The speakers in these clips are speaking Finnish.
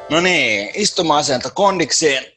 No niin, istuma-asento kondikseen.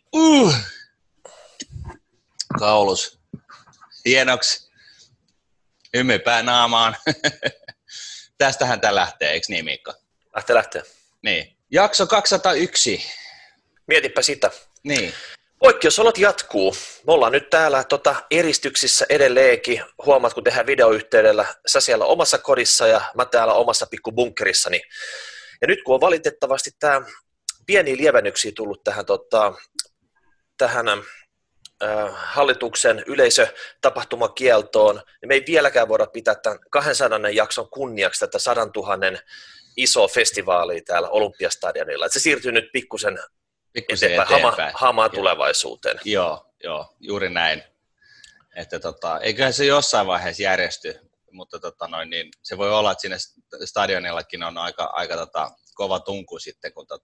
Kaulus hienoksi. Hymypää naamaan. Tästähän tää lähtee, eikö niin Miikka? Lähtee. Niin. Jakso 201. Mietipä sitä. Niin. Poikkeusolot jatkuu. Me ollaan nyt täällä eristyksissä edelleenkin. Huomaat, kun tehdään videoyhteydellä, sä siellä omassa kodissa ja mä täällä omassa pikkubunkkerissani. Ja nyt kun on valitettavasti tämä pieniä lievennyksiä tullut tähän hallituksen yleisötapahtumakieltoon, niin me ei vieläkään voida pitää tämän 200 jakson kunniaksi tätä 100 000 isoa festivaalia täällä Olympiastadionilla. Se siirtyy nyt pikkusen eteenpäin. Hamaan tulevaisuuteen. Joo, juuri näin. Että eiköhän se jossain vaiheessa järjesty, mutta niin se voi olla, että siinä stadionillakin on aika kova tunku sitten, kun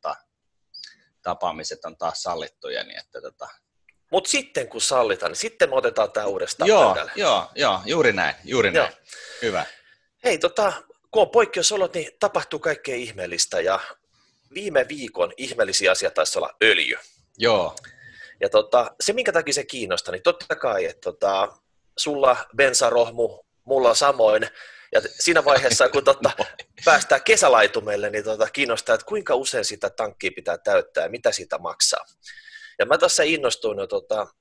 tapaamiset on taas sallittuja. Niin että Mutta sitten kun sallitaan, niin sitten me otetaan tämä uudestaan pöydälle. Joo, juuri näin. Joo. Hyvä. Hei, kun on poikkeusolot, niin tapahtuu kaikkea ihmeellistä ja viime viikon ihmeellisiä asia taisi olla öljy. Joo. Ja se, minkä takia se kiinnostaa, niin totta kai, että sulla bensarohmu, mulla samoin. Ja siinä vaiheessa, kun päästään kesälaitumelle, niin kiinnostaa, että kuinka usein sitä tankkia pitää täyttää ja mitä siitä maksaa. Ja mä tässä innostuin jo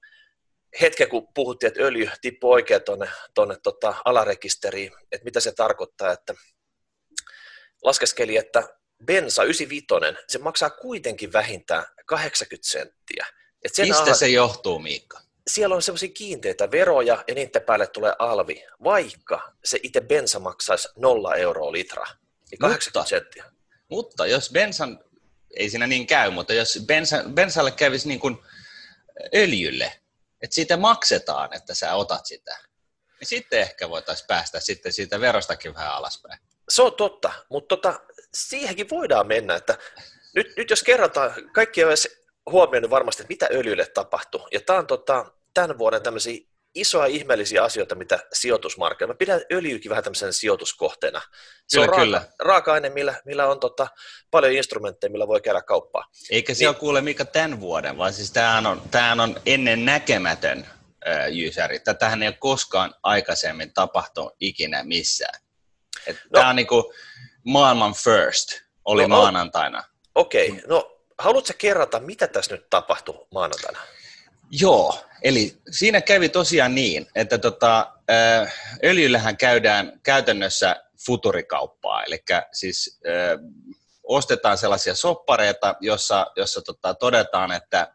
hetken, kun puhuttiin, että öljy tippuu oikein tuonne alarekisteriin, että mitä se tarkoittaa, että laskeskeli, että bensa 95, se maksaa kuitenkin vähintään 80 senttiä. Mistä se johtuu, Miikka? Siellä on sellaisia kiinteitä veroja ja niiden päälle tulee alvi, vaikka se itse bensa maksaisi 0 euroa litra, niin 80 senttiä. Mutta jos bensan, ei siinä niin käy, mutta jos bensalle kävisi niin kuin öljylle, että siitä maksetaan, että sä otat sitä, niin sitten ehkä voitaisiin päästä sitten siitä verostakin vähän alaspäin. Se on totta, mutta siihenkin voidaan mennä, että nyt jos kerrotaan, kaikki on huomioinut varmasti, että mitä öljylle tapahtuu, ja tämä on tämän vuoden tämmöisiä isoja ihmeellisiä asioita, mitä sijoitusmarkkinoilla. Mä pidän öljyäkin vähän tämmöisen sijoituskohteena. Se on raaka-aine, millä on paljon instrumentteja, millä voi käydä kauppaa. Eikä se ole kuule Mika tämän vuoden, vaan siis tämähän on ennen näkemätön jysäri. Tätähän ei ole koskaan aikaisemmin tapahtunut ikinä missään. Tämä on niinku maailman first, oli maanantaina. Okei, no haluatko kerrata, mitä tässä nyt tapahtui maanantaina? Joo, eli siinä kävi tosiaan niin, että öljyllähän käydään käytännössä futurikauppaa, eli siis ostetaan sellaisia soppareita, jossa todetaan, että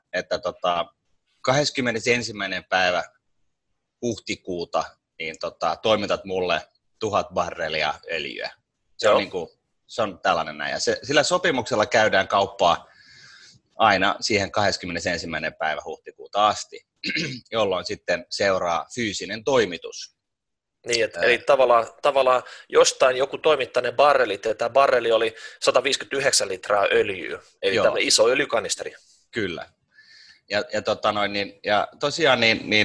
21. päivä huhtikuuta niin toimitat mulle 1000 barrelia öljyä. Se on tällainen näin, ja sillä sopimuksella käydään kauppaa aina siihen 21. päivä huhtikuuta asti, jolloin sitten seuraa fyysinen toimitus. Niin, eli tavallaan jostain joku toimittaa ne barrelit, ja tämä barreli oli 159 litraa öljyä, eli tämmöinen iso öljykanisteri. Kyllä. Ja tosiaan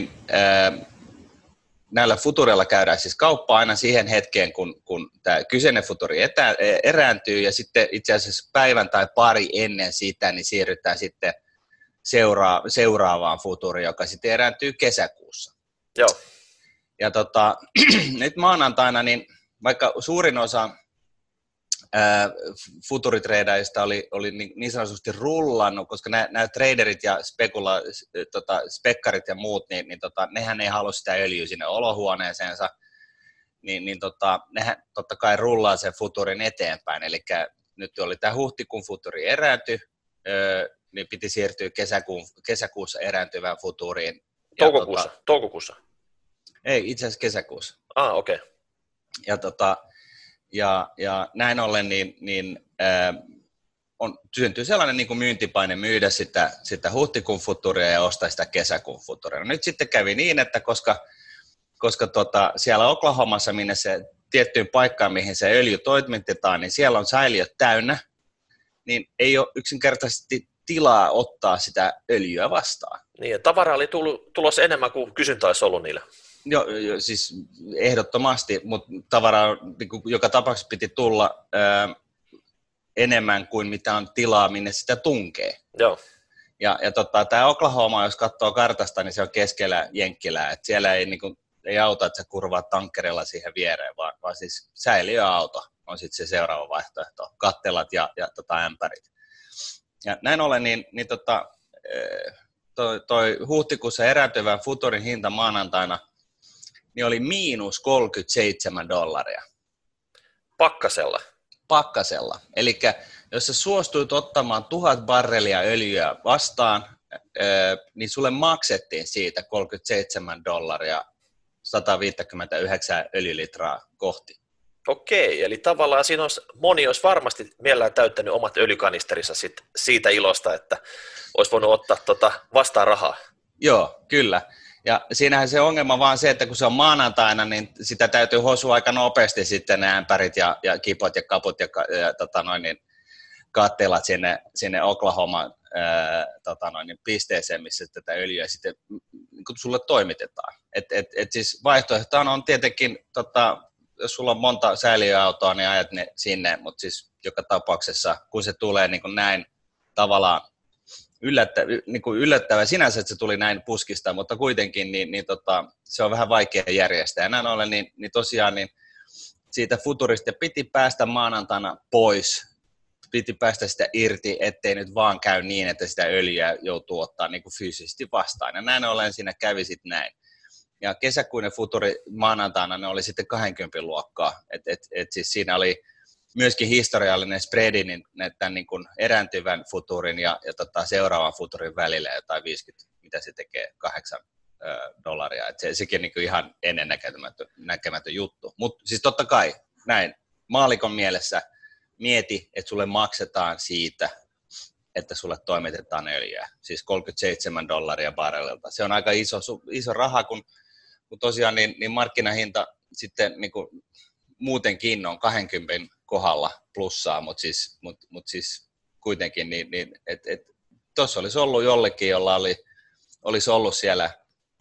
näillä futureilla käydään siis kauppaa aina siihen hetkeen, kun tämä kyseinen futuri erääntyy, ja sitten itse asiassa päivän tai pari ennen sitä, niin siirrytään sitten seuraavaan futuriin, joka sitten erääntyy kesäkuussa. Joo. Ja nyt maanantaina, niin vaikka suurin osa futuritreidaajista oli niin sanotusti rullannut, koska nämä traderit ja spekkarit ja muut, nehän ei halua sitä öljyä sinne olohuoneeseensa, nehän totta kai rullaa sen futurin eteenpäin. Eli nyt oli tämä huhtikuun futuri eräänty, niin piti siirtyä kesäkuussa erääntyvään futuriin. Toukokuussa? Ei, itse asiassa kesäkuussa. Okei. Okay. Ja näin ollen syntyy sellainen niin kuin myyntipaine myydä sitä huhtikuun futuria ja ostaa sitä kesäkuun futuria. No nyt sitten kävi niin, että koska siellä Oklahomassa, minne se tiettyyn paikkaan, mihin se öljy toimitetaan, niin siellä on säiliöt täynnä, niin ei ole yksinkertaisesti tilaa ottaa sitä öljyä vastaan. Niin, ja tavaraa oli tulossa enemmän kuin kysyntä olisi ollut niillä. Joo, siis ehdottomasti, mutta tavaraa niin joka tapauksessa piti tulla. enemmän kuin mitä on tilaa, minne sitä tunkee. Joo. Ja tämä Oklahoma, jos katsoo kartasta, niin se on keskellä Jenkkilää, että siellä ei auta, että sä kurvaat tankkerilla siihen viereen, vaan siis säiliöauto on sitten se seuraava vaihtoehto, kattelat ja ämpärit. Ja näin ollen, toi huhtikuussa erääntyvän futurin hinta maanantaina niin oli -$37. Pakkasella. Eli jos sä suostuit ottamaan 1000 barrelia öljyä vastaan, niin sulle maksettiin siitä $37 159 öljylitraa kohti. Okei, eli tavallaan moni olisi varmasti mielellään täyttänyt omat öljykanisterinsa siitä ilosta, että olisi voinut ottaa vastaan rahaa. Joo, kyllä. Ja siinähän se ongelma vaan se, että kun se on maanantaina, niin sitä täytyy hosua aika nopeasti sitten ne ämpärit ja kipot ja kaput ja kattelat sinne Oklahoman pisteeseen, missä tätä öljyä sitten sulle toimitetaan. Siis vaihtoehto on tietenkin, jos sulla on monta säiliöautoa, niin ajat ne sinne, mutta siis joka tapauksessa, kun se tulee niin kuin näin tavallaan yllättävää sinänsä, että se tuli näin puskista, mutta kuitenkin se on vähän vaikea järjestää. Ja näin ollen, niin tosiaan siitä futurista piti päästä maanantaina pois, piti päästä sitä irti, ettei nyt vaan käy niin, että sitä öljyä joutuu ottaa niin kuin fyysisesti vastaan. Ja näin ollen siinä kävi sitten näin. Ja kesäkuinen futuri maanantaina ne oli sitten 20 luokkaa. Siis siinä oli myöskin historiallinen spreadi tämän niin kuin erääntyvän futurin ja seuraavan futurin välillä jotain 50, mitä se tekee, $8. Sekin niin kuin ihan ennennäkemätön juttu. Mutta siis totta kai näin maalikon mielessä mieti, että sulle maksetaan siitä, että sulle toimitetaan öljyä. Siis $37 barrelilta. Se on aika iso raha, kun tosiaan niin markkinahinta sitten niin kuin muutenkin on 20 kohdalla plussaa, mutta siis kuitenkin tuossa olisi ollut jollekin, jolla olisi ollut siellä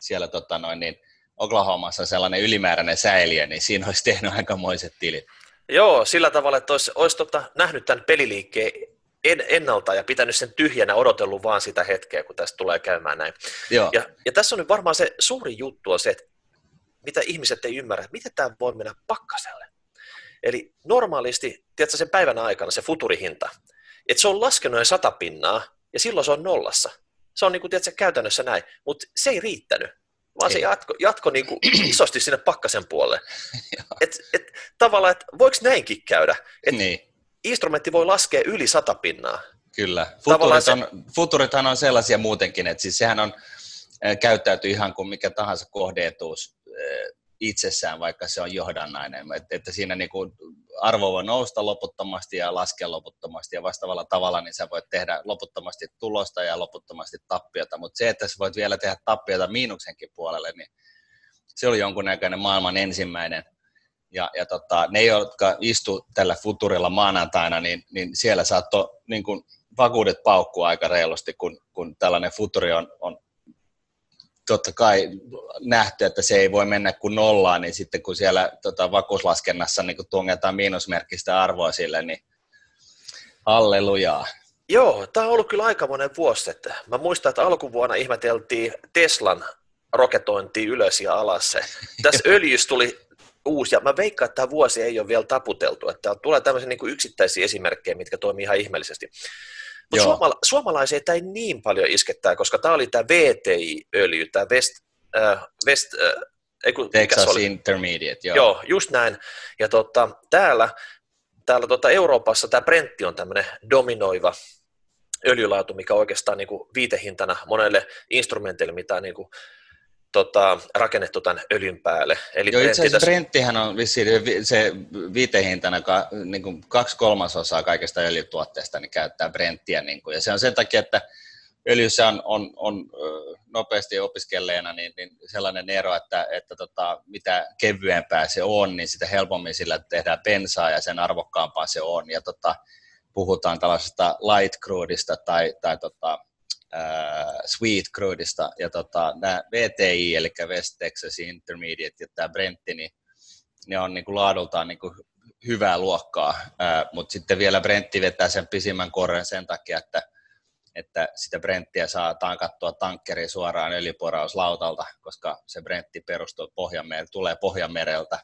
Oklahomassa sellainen ylimääräinen säiliö, niin siinä olisi tehnyt aikamoiset tilit. Joo, sillä tavalla, että olisi nähnyt tämän peliliikkeen ennalta ja pitänyt sen tyhjänä, odotellut vaan sitä hetkeä, kun tästä tulee käymään näin. Ja tässä on nyt varmaan se suuri juttu on se, että mitä ihmiset ei ymmärrä, että miten tämä voi mennä pakkaselle. Eli normaalisti, tiedätkö, sen päivän aikana se futurihinta, että se on laskenut noin 100 pinnaa ja silloin se on nollassa. Se on niin kuin, tiedätkö, käytännössä näin, mutta se ei riittänyt, vaan se jatko niin kuin isosti sinne pakkasen puolelle. Tavallaan, että voiko näinkin käydä? Niin. Instrumentti voi laskea yli 100 pinnaa. Kyllä. Futurithan on sellaisia muutenkin, että siis sehän on käyttäytyy ihan kuin mikä tahansa kohdeetuus itsessään, vaikka se on johdannainen. Että siinä niin kuin arvo voi nousta loputtomasti ja laskea loputtomasti ja vastaavalla tavalla, niin sä voit tehdä loputtomasti tulosta ja loputtomasti tappiota. Mutta se, että sä voit vielä tehdä tappiota miinuksenkin puolelle, niin se oli jonkunnäköinen maailman ensimmäinen. Ja ne, jotka istu tällä futurilla maanantaina, niin siellä saattoi niin kuin vakuudet paukkua aika reilusti, kun tällainen futuri on totta kai nähty, että se ei voi mennä kuin nollaan, niin sitten kun siellä vakuuslaskennassa niin kun tungetaan miinusmerkkistä arvoa sille, niin hallelujaa. Joo, tämä on ollut kyllä aikamoinen vuosi. Että mä muistan, että alkuvuonna ihmeteltiin Teslan roketointia ylös ja alas. Tässä öljyssä tuli uusi, ja mä veikkaan, että tämä vuosi ei ole vielä taputeltu. Että tulee tämmöisiä niin kuin yksittäisiä esimerkkejä, mitkä toimii ihan ihmeellisesti. Mutta suomalaisia ei niin paljon iskettää, koska tämä oli tämä VTI-öljy, tämä Texas Intermediate, joo. Joo, just näin. Ja täällä Euroopassa tämä Brentti on tämmöinen dominoiva öljylaatu, mikä on oikeastaan niin kuin viitehintana monelle instrumentille, mitä on niin kuin, rakennettu tämän öljyn päälle. Eli joo, itse asiassa Brenttihän on vissiin se viitehintana, niin kuin 2/3 kaikista öljytuotteista niin käyttää Brenttiä. Niin kuin, ja se on sen takia, että öljyssä on nopeasti opiskelleena niin sellainen ero, että mitä kevyempää se on, niin sitä helpommin sillä tehdään bensaa ja sen arvokkaampaa se on. Ja puhutaan tällaisesta light crudeista tai sweet crudeista, ja nämä VTI, eli West Texas Intermediate, ja tämä Brentti, niin ne on niin kuin laadultaan niin kuin hyvää luokkaa, mutta sitten vielä Brentti vetää sen pisimmän korren sen takia, että sitä Brenttiä saa tankattua tankkeriin suoraan öljyporauslautalta, koska se Brentti perustuu tulee Pohjanmereltä.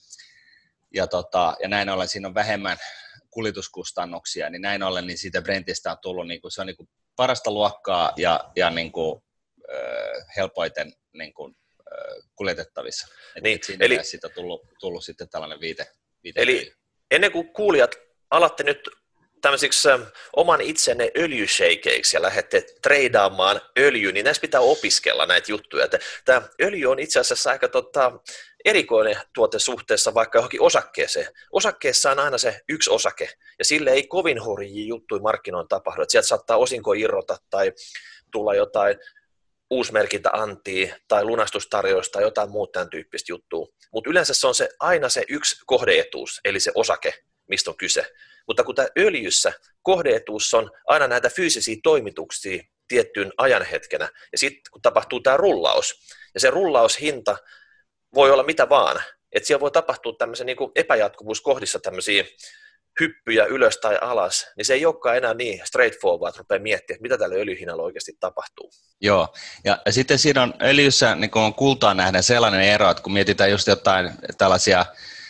Ja näin ollen siinä on vähemmän kuljetuskustannuksia, niin näin ollen niin siitä Brentistä on tullut, niin kuin, se on niin kuin parasta luokkaa ja niin kuin, helpoiten niin kuin, kuljetettavissa. Niin, siinä eli siitä on tullut sitten tällainen viite. Eli ennen kuin kuulijat alatte nyt tämmöisiksi oman itsenne öljyshakeiksi ja lähdette treidaamaan öljyä, niin näissä pitää opiskella näitä juttuja. Tämä öljy on itse asiassa aika erikoinen tuote suhteessa vaikka johonkin osakkeeseen. Osakkeessa on aina se yksi osake, ja sille ei kovin hurjia juttuja markkinoilla tapahdu. Sieltä saattaa osinko irrota tai tulla jotain uusmerkintä antia tai lunastustarjous tai jotain muuta tämän tyyppistä juttua. Mutta yleensä se on aina se yksi kohdeetuus, eli se osake, mistä on kyse. Mutta kun tämä öljyssä kohdeetuus on aina näitä fyysisiä toimituksia tiettyyn ajanhetkenä, ja sitten kun tapahtuu tämä rullaus, ja se rullaushinta voi olla mitä vaan, että siellä voi tapahtua tämmöisen niin kuin epäjatkuvuuskohdissa tämmöisiä hyppyjä ylös tai alas, niin se ei olekaan enää niin straightforward, että rupeaa miettimään, että mitä tällä öljyhinnalla oikeasti tapahtuu. Joo, ja sitten siinä on öljyssä, niin kuin on kultaan nähdään sellainen ero, että kun mietitään just jotain tällaisia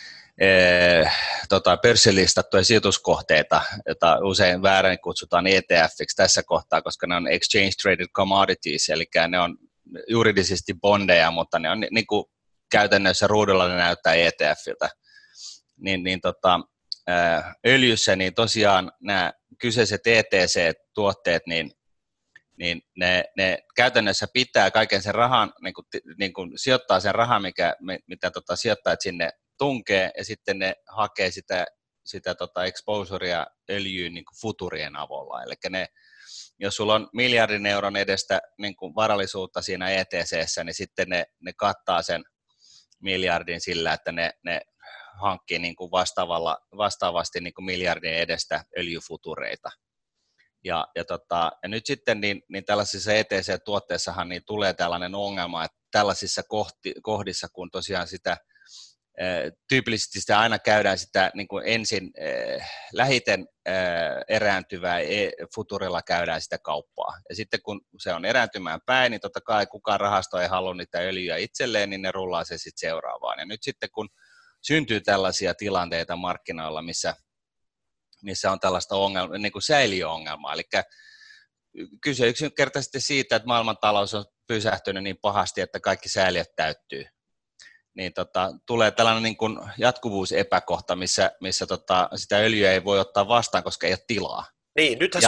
pörssilistattuja sijoituskohteita, jota usein väärin kutsutaan ETFiksi tässä kohtaa, koska ne on Exchange Traded Commodities, eli ne on juridisesti bondeja, mutta ne on niin kuin käytännössä ruudulla ne näyttää ETFiltä. Öljyssä niin tosiaan nämä kyseiset ETC-tuotteet, niin ne käytännössä pitää kaiken sen rahan, niin kuin sijoittaa sen rahan, mitä sijoittajat sinne tunkee, ja sitten ne hakee sitä exposurea öljyyn niin kuin futurien avulla. Eli jos sulla on miljardin euron edestä niin kuin varallisuutta siinä ETC:ssä, niin sitten ne kattaa sen miljardin sillä, että ne hankkii niin kuin vastaavasti niin kuin miljardin edestä öljyfutureita. Ja nyt sitten niin tällaisissa ETC-tuotteissahan niin tulee tällainen ongelma, että tällaisissa kohdissa, kun tosiaan sitä tyypillisesti sitä aina käydään sitä niin kuin ensin lähiten erääntyvää futurilla käydään sitä kauppaa. Ja sitten kun se on erääntymään päin, niin totta kai kukaan rahasto ei halua niitä öljyä itselleen, niin ne rullaa se sitten seuraavaan. Ja nyt sitten kun syntyy tällaisia tilanteita markkinoilla, missä on tällaista niin kuin säiliöongelmaa, eli kyse yksinkertaisesti siitä, että maailmantalous on pysähtynyt niin pahasti, että kaikki säiliöt täyttyy. Niin tulee tällainen niin kuin jatkuvuusepäkohta, missä sitä öljyä ei voi ottaa vastaan, koska ei ole tilaa. Niin, nythän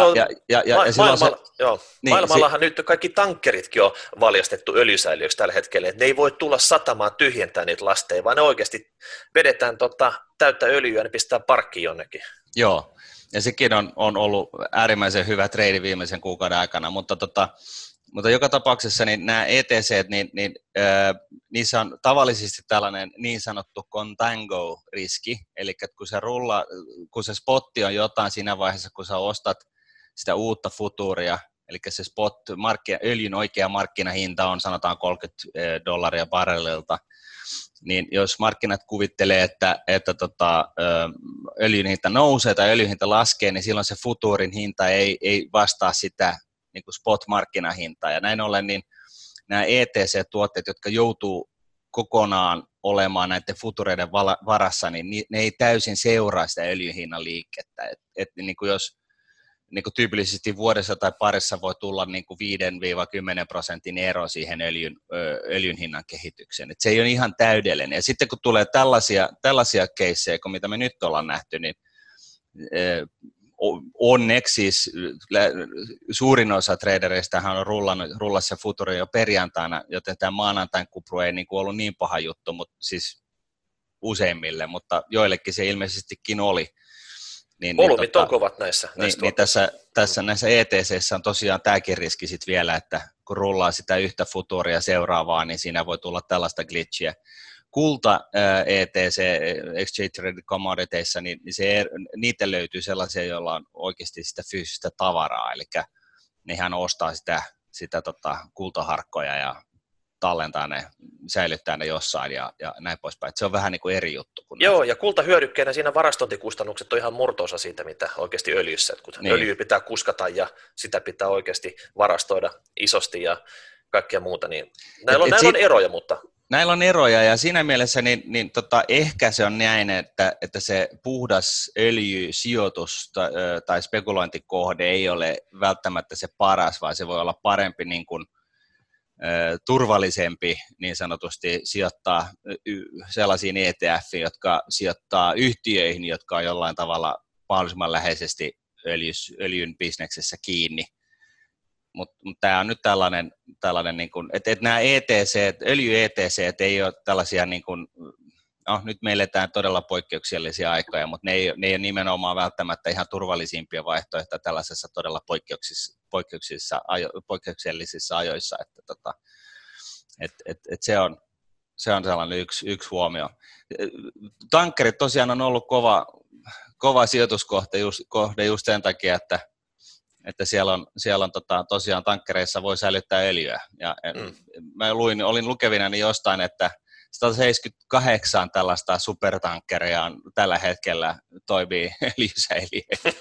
maailmallahan nyt kaikki tankkeritkin on valjastettu öljysäiliöiksi tällä hetkellä, että ne ei voi tulla satamaan tyhjentää niitä lasteja, vaan ne oikeasti vedetään täyttä öljyä ja ne pistää parkkiin jonnekin. Joo, ja sekin on ollut äärimmäisen hyvä trade viimeisen kuukauden aikana, mutta joka tapauksessa niin nämä ETC, niissä on tavallisesti tällainen niin sanottu contango-riski, eli kun se spotti on jotain siinä vaiheessa, kun sä ostat sitä uutta futuuria, eli se öljyn oikea markkinahinta on sanotaan $30 barrelilta, niin jos markkinat kuvittelee, että öljyn hinta nousee tai öljyn hinta laskee, niin silloin se futuurin hinta ei vastaa sitä niin kuin spot-markkinahintaa, ja näin ollen niin nämä ETC-tuotteet, jotka joutuu kokonaan olemaan näiden futureiden varassa, niin ne ei täysin seuraa sitä öljyn hinnan liikettä. Niin kuin jos niin kuin tyypillisesti vuodessa tai parissa voi tulla niin kuin 5-10% ero siihen öljyn hinnan kehitykseen. Se ei ole ihan täydellinen. Ja sitten kun tulee tällaisia keissejä, kuin mitä me nyt ollaan nähty, niin onneksi siis suurin osa tradereistähän on rullassa futuri jo perjantaina, joten tämä maanantain kupru ei niin kuin ollut niin paha juttu, mutta siis useimmille, mutta joillekin se ilmeisestikin oli. Volyymit on kovat näissä näissä ETCissä on tosiaan tämäkin riski sit vielä, että kun rullaa sitä yhtä futuria seuraavaa, niin siinä voi tulla tällaista glitchiä. Kulta ETC, Exchange Traded Commoditiesissa, niin niitä löytyy sellaisia, joilla on oikeasti sitä fyysistä tavaraa, eli nehän ostaa sitä kultaharkkoja tallentaa ne, säilyttää ne jossain ja näin poispäin. Et se on vähän niin kuin eri juttu. Joo, ja kultahyödykkeenä siinä varastointikustannukset on ihan murto-osa siitä, mitä oikeasti öljyssä. Kun niin. Öljyä pitää kuskata ja sitä pitää oikeasti varastoida isosti ja kaikkea muuta, niin näillä on eroja, mutta... Näillä on eroja, ja siinä mielessä niin ehkä se on näin, että se puhdas öljysijoitus tai spekulointikohde ei ole välttämättä se paras, vaan se voi olla parempi niin kuin, turvallisempi niin sanotusti sijoittaa sellaisiin ETF, jotka sijoittaa yhtiöihin, jotka on jollain tavalla mahdollisimman läheisesti öljyn bisneksessä kiinni. Mutta tämä on nyt tällainen niin kuin, että nämä öljy-ETC ei ole tällaisia, niin kuin, no nyt me eletään todella poikkeuksellisia aikoja, mutta ne ei ole nimenomaan välttämättä ihan turvallisimpia vaihtoehtoja tällaisessa todella poikkeuksellisissa ajoissa, että se on sellainen yksi huomio. Tankkerit tosiaan on ollut kova sijoituskohde just sen takia, että siellä on tosiaan tankkereissa voi säilyttää öljyä. Ja mä olin lukevinani jostain, että 178 tällaista supertankkeria on tällä hetkellä toimii öljysäiliöitä.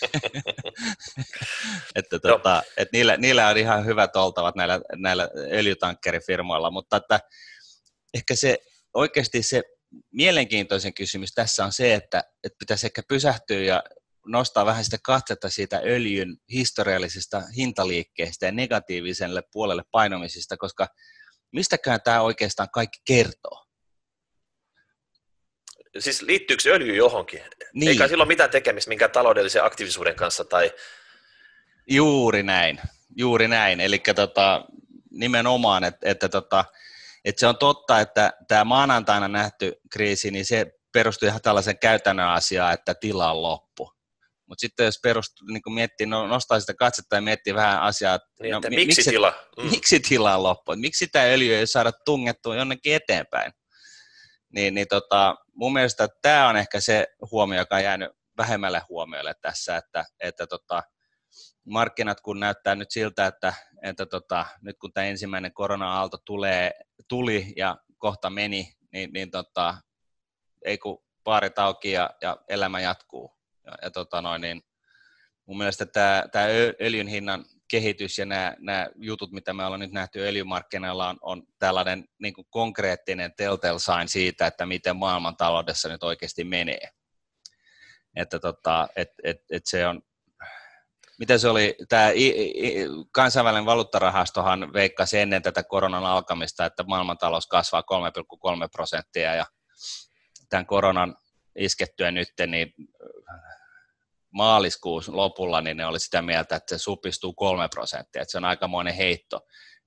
että niillä on ihan hyvät oltavat näillä öljytankkerifirmoilla, mutta että ehkä se oikeasti se mielenkiintoisen kysymys tässä on se, että pitäisi ehkä pysähtyä ja nostaa vähän sitä katsetta siitä öljyn historiallisista hintaliikkeistä ja negatiiviselle puolelle painomisista, koska mistäkään tämä oikeastaan kaikki kertoo? Siis liittyykö öljy johonkin? Niin. Eikä sillä ole mitään tekemistä minkään taloudellisen aktiivisuuden kanssa? Tai... Juuri näin. Eli nimenomaan, että se on totta, että tämä maanantaina nähty kriisi, niin se perustui ihan tällaisen käytännön asiaan, että tila on loppu. Mutta sitten jos niin miettii, nostaa sitä katsetta ja miettii vähän asiaa, niin, että miksi tila on loppu, miksi sitä öljyä ei saada tungettua jonnekin eteenpäin. Mun mielestä tämä on ehkä se huomio, joka on jäänyt vähemmälle huomiolle tässä, että markkinat kun näyttää nyt siltä, että nyt kun tämä ensimmäinen korona-aalto tuli ja kohta meni, niin ei kun baarit auki ja elämä jatkuu. Niin mun mielestä tämä öljyn hinnan kehitys ja nämä jutut, mitä me ollaan nyt nähty öljymarkkinoilla, on tällainen niin kuin konkreettinen telltale sign siitä, että miten maailmantaloudessa nyt oikeasti menee. Että se on, mitä se oli, tämä kansainvälinen valuuttarahastohan veikkasi ennen tätä koronan alkamista, että maailmantalous kasvaa 3,3% ja tämän koronan iskettyä nyt, niin maaliskuun lopulla niin ne oli sitä mieltä, että se supistuu 3%, että se on aikamoinen heitto.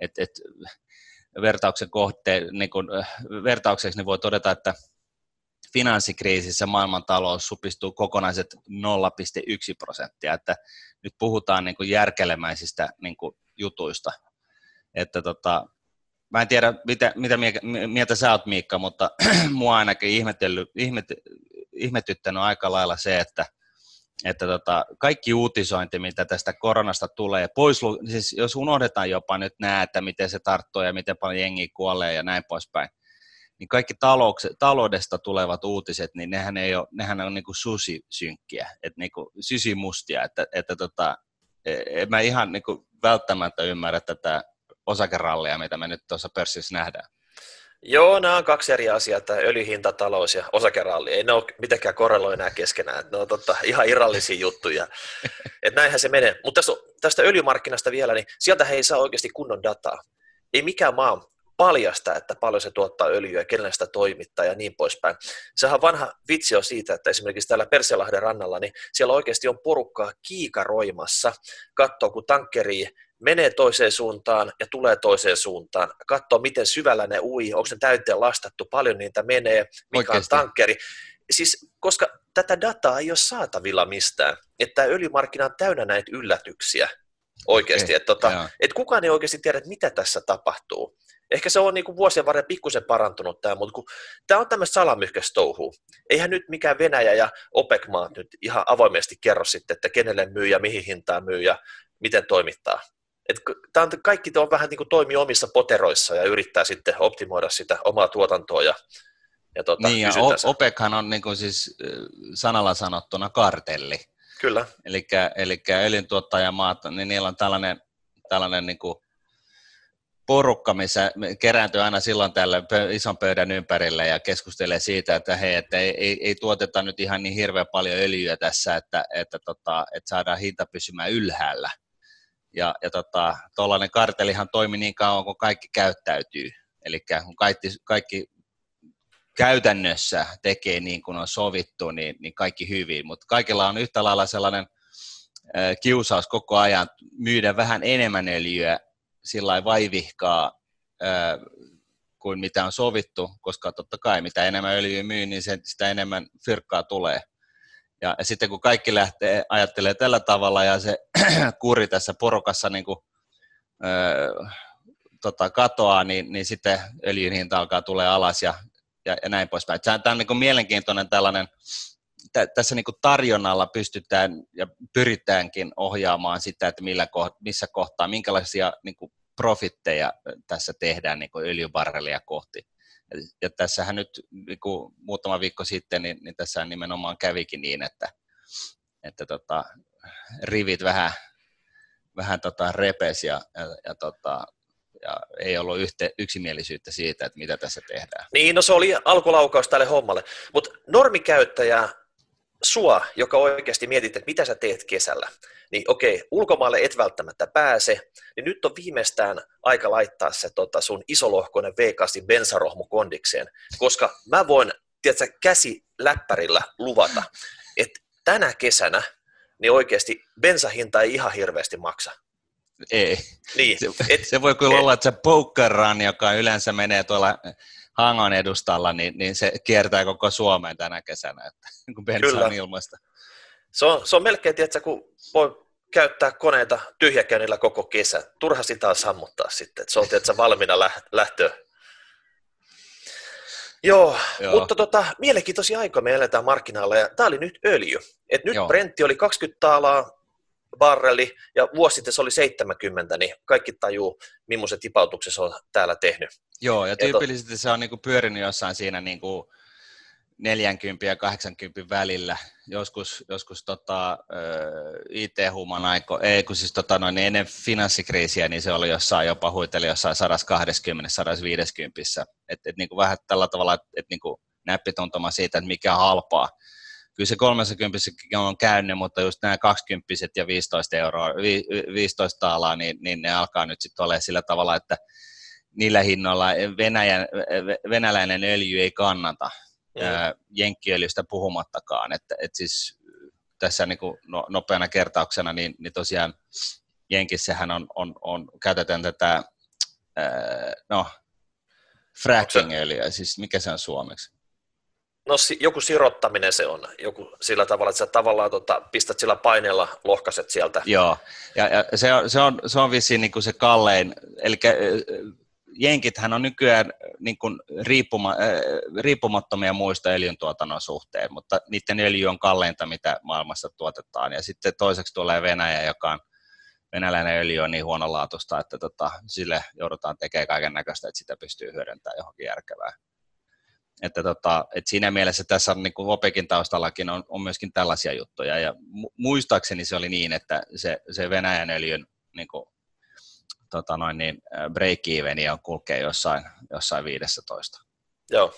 Vertaukseksi niin voi todeta, että finanssikriisissä maailmantalous supistuu kokonaiset 0,1%, että nyt puhutaan niin kuin järkelemäisistä niin kuin jutuista. Että mä en tiedä, mitä mieltä sä oot, Miikka, mutta mua ainakin ihmetyttänyt aika lailla se, että kaikki uutisointi, mitä tästä koronasta tulee, siis jos unohdetaan jopa nyt että miten se tarttuu ja miten paljon jengiä kuolee ja näin poispäin, niin kaikki taloudesta tulevat uutiset, niin nehän on niin kuin susisynkkiä, että niin kuin sysimustia, että en mä ihan niin kuin välttämättä ymmärrä tätä osakerallia, mitä me nyt tuossa pörssissä nähdään. Joo, nämä on kaksi eri asiaa, että öljyhinta, talous ja osakeralli. Ei ne ole mitenkään korreloi enää keskenään, että ne on ihan irrallisia juttuja. Että näinhän se menee. Mutta tästä öljymarkkinasta vielä, niin sieltä he ei saa oikeasti kunnon dataa. Ei mikään maa paljasta, että paljon se tuottaa öljyä, kenellä sitä toimittaa ja niin poispäin. Sehän vanha vitsi on siitä, että esimerkiksi täällä Persialahden rannalla, niin siellä oikeasti on porukkaa kiikaroimassa, katsoo kun tankkeri menee toiseen suuntaan ja tulee toiseen suuntaan, katsoo miten syvällä ne ui, onko ne täyteen lastattu, paljon niitä menee, mikä on tankkeri. Siis, koska tätä dataa ei ole saatavilla mistään, että tämä öljymarkkina on täynnä näitä yllätyksiä oikeasti, että kukaan ei oikeasti tiedä, että mitä tässä tapahtuu. Ehkä se on niin kuin vuosien varrella pikkusen parantunut tämä, mutta kun tämä on tämmöistä salamyhkäistouhua. Eihän nyt mikään Venäjä ja OPEC-maat nyt ihan avoimesti kerro sitten, että kenelle myy ja mihin hintaan myy ja miten toimittaa. Kaikki on vähän niin kuin toimii omissa poteroissa ja yrittää sitten optimoida sitä omaa tuotantoa ja niin, ja OPEChan on niin kuin siis sanalla sanottuna kartelli. Kyllä. Eli öljyntuottajamaat, niin niillä on tällainen niin kuin porukka, missä kerääntyy aina silloin tällä ison pöydän ympärille ja keskustelee siitä, että hei, että ei tuoteta nyt ihan niin hirveän paljon öljyä tässä, että saadaan hinta pysymään ylhäällä. Ja tuollainen kartelihan toimi niin kauan, kun kaikki käyttäytyy. Eli kun kaikki käytännössä tekee niin kuin on sovittu, niin kaikki hyvin. Mutta kaikilla on yhtä lailla sellainen kiusaus koko ajan myydä vähän enemmän öljyä sillä vaivihkaa kuin mitä on sovittu, koska totta kai mitä enemmän öljyä myy, niin sitä enemmän fyrkkaa tulee. Ja sitten kun kaikki ajattelee tällä tavalla ja se kuri tässä porukassa niin kuin, katoaa, niin sitten öljyn hinta alkaa tulee alas ja näin poispäin. Tämä on niin kuin mielenkiintoinen tällainen, tässä niin kuin tarjonnalla pystytään ja pyritäänkin ohjaamaan sitä, että missä kohtaa, minkälaisia niin kuin profitteja tässä tehdään niin kuin öljybarrelia kohti. Ja tässähän nyt niin kuin muutama viikko sitten, niin tässä nimenomaan kävikin niin, että rivit vähän repesi ja ei ollut yksimielisyyttä siitä, että mitä tässä tehdään. Niin, no se oli alkulaukaus tälle hommalle. Mutta normikäyttäjä, sua, joka oikeasti mietit, että mitä sä teet kesällä, niin okei, ulkomaalle et välttämättä pääse, niin nyt on viimeistään aika laittaa se sun isolohkoinen V8 bensarohmu kondikseen, koska mä voin, tiedätkö, käsi läppärillä luvata, että tänä kesänä niin oikeasti bensahinta ei ihan hirveästi maksa. Ei. Niin. Se voi kyllä olla, että se poker run, joka yleensä menee tuolla Hangon edustalla, niin se kiertää koko Suomeen tänä kesänä, että kun bensa on ilmaista. Se on melkein, tiedätkö, kun voi käyttää koneita tyhjäkäynnillä koko kesä. Turha sitä on sammuttaa sitten, että se on tiedätkö, valmiina lähtöön. Joo. Mutta mielenkiintoisia aikoja me eletään markkinoilla, ja tämä oli nyt öljy. Et nyt Brentti oli 20 taalaa barreli, ja vuosi sitten se oli 70, niin kaikki tajuu, millaisen tipautuksen se on täällä tehnyt. Joo, ja tyypillisesti se on niinku pyörinyt jossain siinä niinku 40 ja 80 välillä. Joskus IT-huuman ennen finanssikriisiä, niin se oli jopa huiteli jossain 120, 150. Et niinku vähän tällä tavalla, että niinku näppituntuma siitä, että mikä on halpaa. Kyllä se 30 on käynyt, mutta just nämä 20 ja 15 taalaa, niin ne alkaa nyt sitten olemaan sillä tavalla, että niillä hinnoilla venäläinen öljy ei kannata, jenkkiöljystä puhumattakaan. Että siis tässä niin kuin nopeana kertauksena, niin tosiaan Jenkissähän käytetään tätä fracking-öljyä, siis mikä se on suomeksi? No joku sirottaminen se on, joku sillä tavalla, että sä tavallaan pistät sillä paineella, lohkaiset sieltä. Joo, ja se on vissiin niin kuin se kallein, eli jenkithän on nykyään niin kuin riippumattomia muista öljyntuotannon suhteen, mutta niiden öljy on kalleinta, mitä maailmassa tuotetaan, ja sitten toiseksi tulee Venäjä, joka on venäläinen öljy on niin huonolaatuista, että sille joudutaan tekemään kaiken näköistä, että sitä pystyy hyödyntämään johonkin järkevään. Että siinä mielessä tässä on niin kuin OPECin taustallakin on myöskin tällaisia juttuja, ja muistaakseni se oli niin, että se Venäjän öljyn niin kuin, break-eveni on kulkee jossain 15. Joo.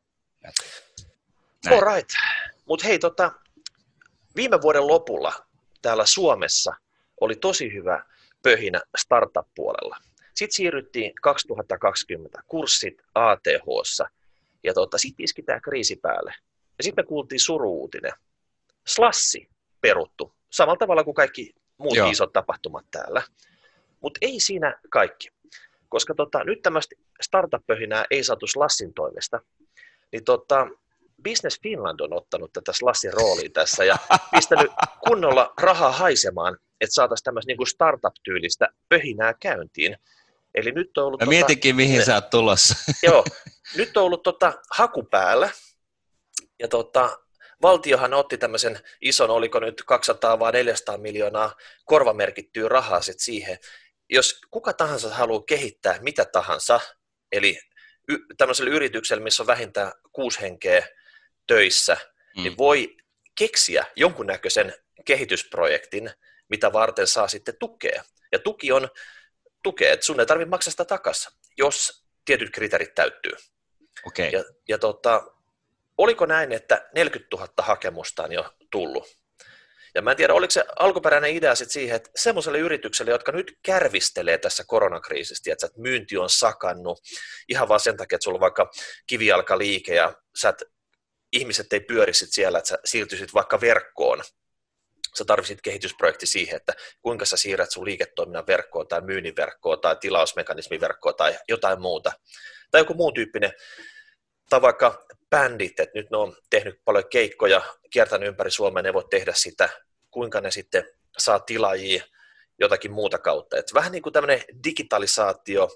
All right. Mutta hei, viime vuoden lopulla täällä Suomessa oli tosi hyvä pöhinä startup-puolella. Sitten siirryttiin 2020 kurssit ATH:ssa. Ja sitten iski tämä kriisi päälle. Ja sitten me kuultiin suru-uutinen. Slassi peruttu. Samalla tavalla kuin kaikki muut isot tapahtumat täällä. Mutta ei siinä kaikki. Koska nyt tämmöistä startup-pöhinää ei saatu Slassin toimesta. Niin Business Finland on ottanut tätä Slassin roolia tässä ja pistänyt kunnolla rahaa haisemaan, että saataisiin tämmöistä niinku startup-tyylistä pöhinää käyntiin. Eli nyt on ollut... Mietinkin, mihin sä oot tulossa. Joo, nyt on ollut haku päällä, ja valtiohan otti tämmöisen ison, oliko nyt 200 vai 400 miljoonaa korvamerkittyä rahaa sit siihen, jos kuka tahansa haluaa kehittää mitä tahansa, eli tämmöisellä yrityksellä, missä on vähintään 6 henkeä töissä, niin voi keksiä jonkunnäköisen kehitysprojektin, mitä varten saa sitten tukea. Ja tuki on tukea, että sun ei tarvitse maksaa sitä takaisin, jos tietyt kriteerit täyttyy. Okay. Ja oliko näin, että 40 000 hakemusta on jo tullut? Ja mä en tiedä, oliko se alkuperäinen idea sitten siihen, että semmoiselle yritykselle, jotka nyt kärvistelee tässä koronakriisistä, että myynti on sakannut ihan vaan sen takia, että sulla on vaikka kivijalkaliike ja ihmiset ei pyöri sit siellä, että sä siirtyisit vaikka verkkoon. Sä tarvitsit kehitysprojekti siihen, että kuinka sä siirrät sun liiketoiminnan verkkoon tai myynnin verkkoon tai tilausmekanismin verkkoon tai jotain muuta. Tai joku muun tyyppinen, tai vaikka bändit, että nyt ne on tehnyt paljon keikkoja, kiertänyt ympäri Suomea, ne voi tehdä sitä, kuinka ne sitten saa tilaajia jotakin muuta kautta. Että vähän niin kuin tämmöinen digitalisaatio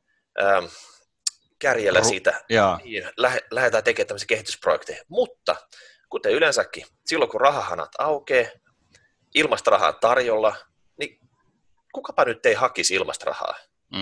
kärjellä siitä, niin lähdetään tekemään tämmöisiä kehitysprojekteja. Mutta kuten yleensäkin, silloin kun rahahanat aukeaa, ilmasta rahaa tarjolla, niin kukapa nyt ei hakisi ilmasta rahaa.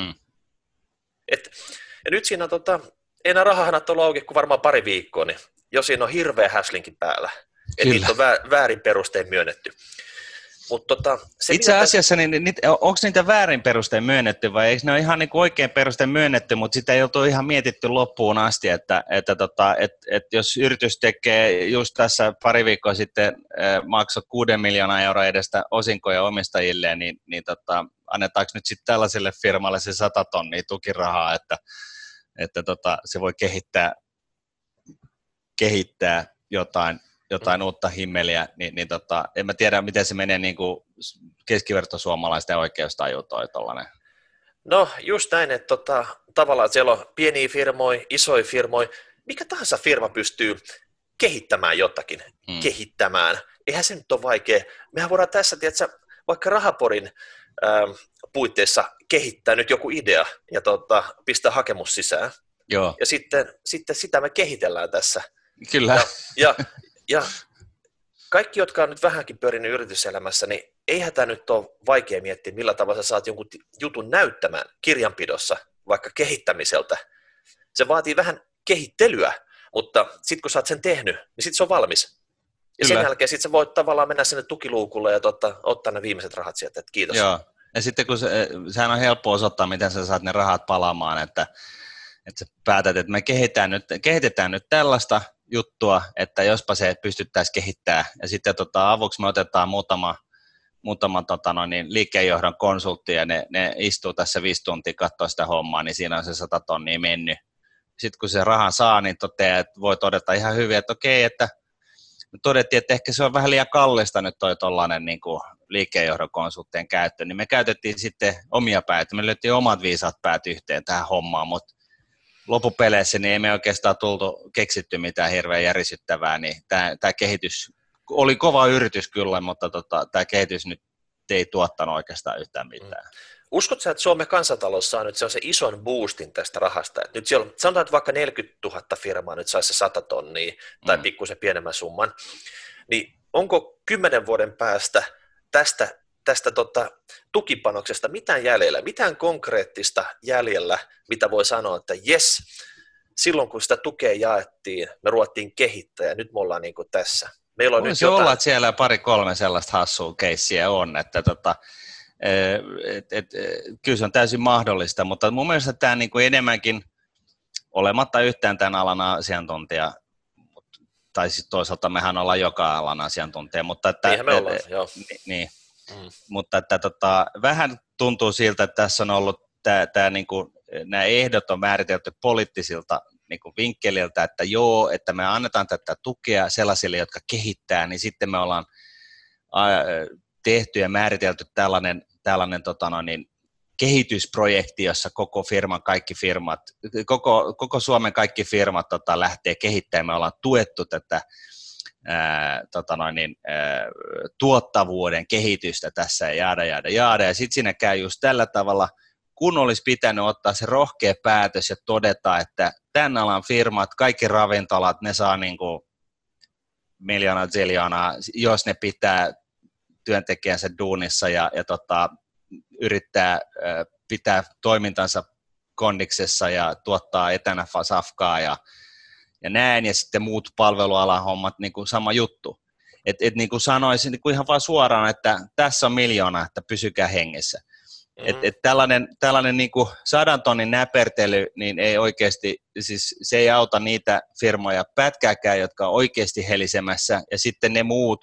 Ja nyt siinä ei nämä rahahanat ollut auki kuin varmaan pari viikkoa, niin jo siinä on hirveä häslinkin päällä. Että niitä on väärin perustein myönnetty. Itse asiassa, onko niitä väärin perustein myönnetty vai eikö ne ole ihan niin kuin oikein perustein myönnetty, mutta sitä ei oltu ihan mietitty loppuun asti, että jos yritys tekee just tässä pari viikkoa sitten maksoi 6 miljoonaa euroa edestä osinkoja omistajille, niin annetaanko nyt sitten tällaiselle firmalle se 100 tonnia tukirahaa, että se voi kehittää jotain uutta himmeliä, niin en mä tiedä, miten se menee niin kuin keskivertosuomalaisten oikeustaju toi tollainen. No just näin, että tavallaan siellä on pieniä firmoja, isoja firmoja, mikä tahansa firma pystyy kehittämään jotakin, kehittämään. Eihän se nyt ole vaikea. Mehän voidaan tässä, tiedätkö, vaikka Rahaporin puitteissa kehittää nyt joku idea ja pistää hakemus sisään. Joo. Ja sitten sitä me kehitellään tässä. Kyllä. Ja kaikki, jotka on nyt vähänkin pyörinyt yrityselämässä, niin eihän tämä nyt ole vaikea miettiä, millä tavalla sä saat jonkun jutun näyttämään kirjanpidossa, vaikka kehittämiseltä. Se vaatii vähän kehittelyä, mutta sitten kun sä oot sen tehnyt, niin sitten se on valmis. Ja Kyllä. Sen jälkeen sitten sä voit tavallaan mennä sinne tukiluukulle ja ottaa ne viimeiset rahat sieltä, että kiitos. Joo, ja sitten kun sehän on helppo osoittaa, miten sä saat ne rahat palaamaan, että sä päätät, että me kehitetään nyt tällaista juttua, että jospa se pystyttäisiin kehittämään. Ja sitten avuksi me otetaan muutama liikkeenjohdon konsultti, ja ne istuu tässä 5 tuntia katsoa sitä hommaa, niin siinä on se 100 tonnia mennyt. Sitten kun se rahan saa, niin voi todeta ihan hyvin, että okei, että me todettiin, että ehkä se on vähän liian kallista nyt toi tollainen niin kuin liikkeenjohdon konsulttien käyttö, niin me käytettiin sitten omia päät, me löytiin omat viisaat päät yhteen tähän hommaan, mutta loppupeleissä niin ei me oikeastaan keksitty mitään hirveän järisyttävää, niin tämä kehitys oli kova yritys kyllä, mutta tämä kehitys nyt ei tuottanut oikeastaan yhtään mitään. Uskotko sä, että Suomen kansantalous saa nyt se ison boostin tästä rahasta? Et nyt siellä on, sanotaan, että vaikka 40 000 firmaa nyt saisi se 100 tonnia tai pikkusen pienemmän summan, niin onko 10 vuoden päästä tästä tukipanoksesta mitään jäljellä, mitään konkreettista jäljellä, mitä voi sanoa, että jes, silloin kun sitä tukea jaettiin, me ruvettiin kehittää ja nyt me ollaan niin kuin tässä. Meillä on nyt jotain. Olla, että siellä 2-3 sellaista hassua keissiä on, että kyllä se on täysin mahdollista, mutta mun mielestä tämä niin kuin enemmänkin, olematta yhtään tämän alan asiantuntija, tai sitten toisaalta mehän ollaan joka alan asiantuntija, mutta että niinhän me ollaan, joo. Niin. Mutta että vähän tuntuu siltä, että tässä on ollut nämä ehdot on määritelty poliittisilta niin kuin vinkkeliltä, että joo, että me annetaan tätä tukea sellaisille, jotka kehittää, niin sitten me ollaan tehty ja määritelty tällainen kehitysprojekti, jossa koko Suomen kaikki firmat lähtee kehittämään. Me ollaan tuettu tätä tuottavuuden kehitystä tässä ja jaada. Ja sitten siinä käy just tällä tavalla, kun olisi pitänyt ottaa se rohkea päätös ja todeta, että tämän alan firmat, kaikki ravintolat, ne saa niin kuin miljoonaa, ziljoonaa, jos ne pitää työntekijänsä duunissa ja yrittää pitää toimintansa kondiksessa ja tuottaa etänä safkaa ja näin, ja sitten muut palvelualan hommat, niin kuin sama juttu. Et niin kuin sanoisin niin kuin ihan vaan suoraan, että tässä on 1 miljoona, että pysykää hengessä. Et tällainen niin kuin 100 tonnin näpertely, niin ei oikeasti, siis se ei auta niitä firmoja pätkääkään, jotka on oikeasti helisemässä, ja sitten ne muut,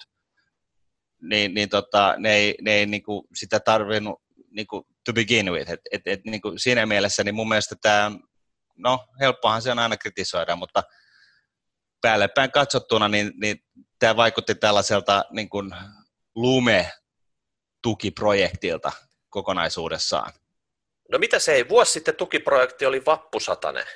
ne ei niin kuin sitä tarvinnut niin kuin to begin with. Niin kuin siinä mielessä niin mun mielestä tämä, no helppohan se on aina kritisoida, mutta päällepäin katsottuna, niin tämä vaikutti tällaiselta niin kuin Lume-tukiprojektilta kokonaisuudessaan. No mitä se ei? Vuosi sitten tukiprojekti oli Vappusatanen.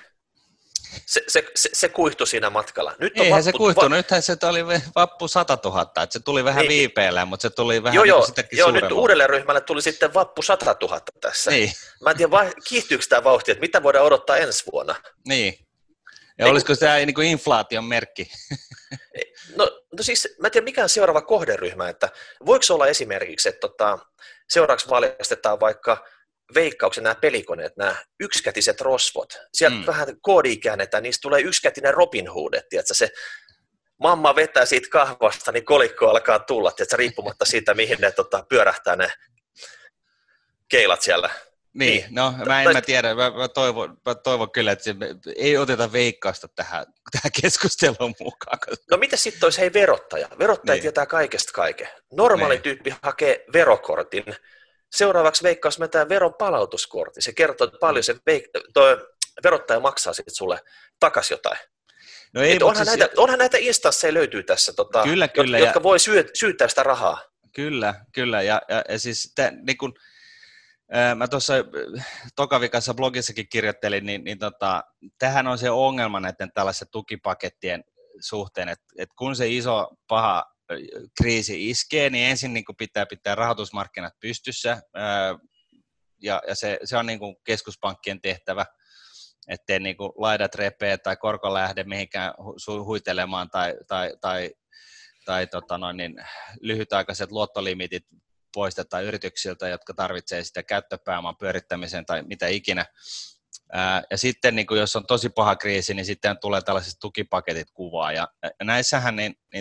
Se kuihtui siinä matkalla. Eihän se kuihtunut, nythän se oli Vappu 100 000, että se tuli vähän viipeellä, mutta se tuli vähän sitäkin suuremmin. Nyt uudelle ryhmälle tuli sitten Vappu 100 000 tässä. Niin. Mä en tiedä, kiihtyykö tämä vauhti, että mitä voidaan odottaa ensi vuonna. Niin. Ja olisiko tämä niin kuin inflaation merkki? No siis, mä en tiedä mikä on seuraava kohderyhmä, että voiko olla esimerkiksi, että seuraavaksi valjastetaan vaikka Veikkauksen nämä pelikoneet, nämä yksikätiset rosvot, sieltä vähän koodia käännetään, niistä tulee yksikätinen Robin Hood, että se mamma vetää siitä kahvasta, niin kolikko alkaa tulla, että riippumatta siitä, mihin ne pyörähtää ne keilat siellä. Niin, no mä tiedä, mä toivon kyllä, että ei oteta Veikkausta tähän keskusteluun mukaan. No mitä sitten olisi verottaja? Verottaja tietää kaikesta kaiken. Normaali tyyppi hakee verokortin. Seuraavaksi Veikkaus metää veron palautuskortti. Se kertoo, että paljon se verottaja maksaa sitten sulle takaisin jotain. No ei, onhan näitä instansseja löytyy tässä, kyllä, jotka voi syyttää sitä rahaa. Kyllä. Ja siis niin kun, mä tuossa tokavikassa blogissakin kirjoittelin, niin tämähän on se ongelma näiden tällaisen tukipakettien suhteen, että kun se iso paha kriisi iskee, niin ensin niin kuin pitää rahoitusmarkkinat pystyssä, ja se on niin kuin keskuspankkien tehtävä, ettei niin kuin laidat repee tai korko lähde mihinkään huitelemaan tai lyhytaikaiset luottolimitit poistetaan yrityksiltä, jotka tarvitsee sitä käyttöpääoman pyörittämiseen tai mitä ikinä. Ja sitten niin kuin jos on tosi paha kriisi, niin sitten tulee tällaiset tukipaketit kuvaan. Ja näissähän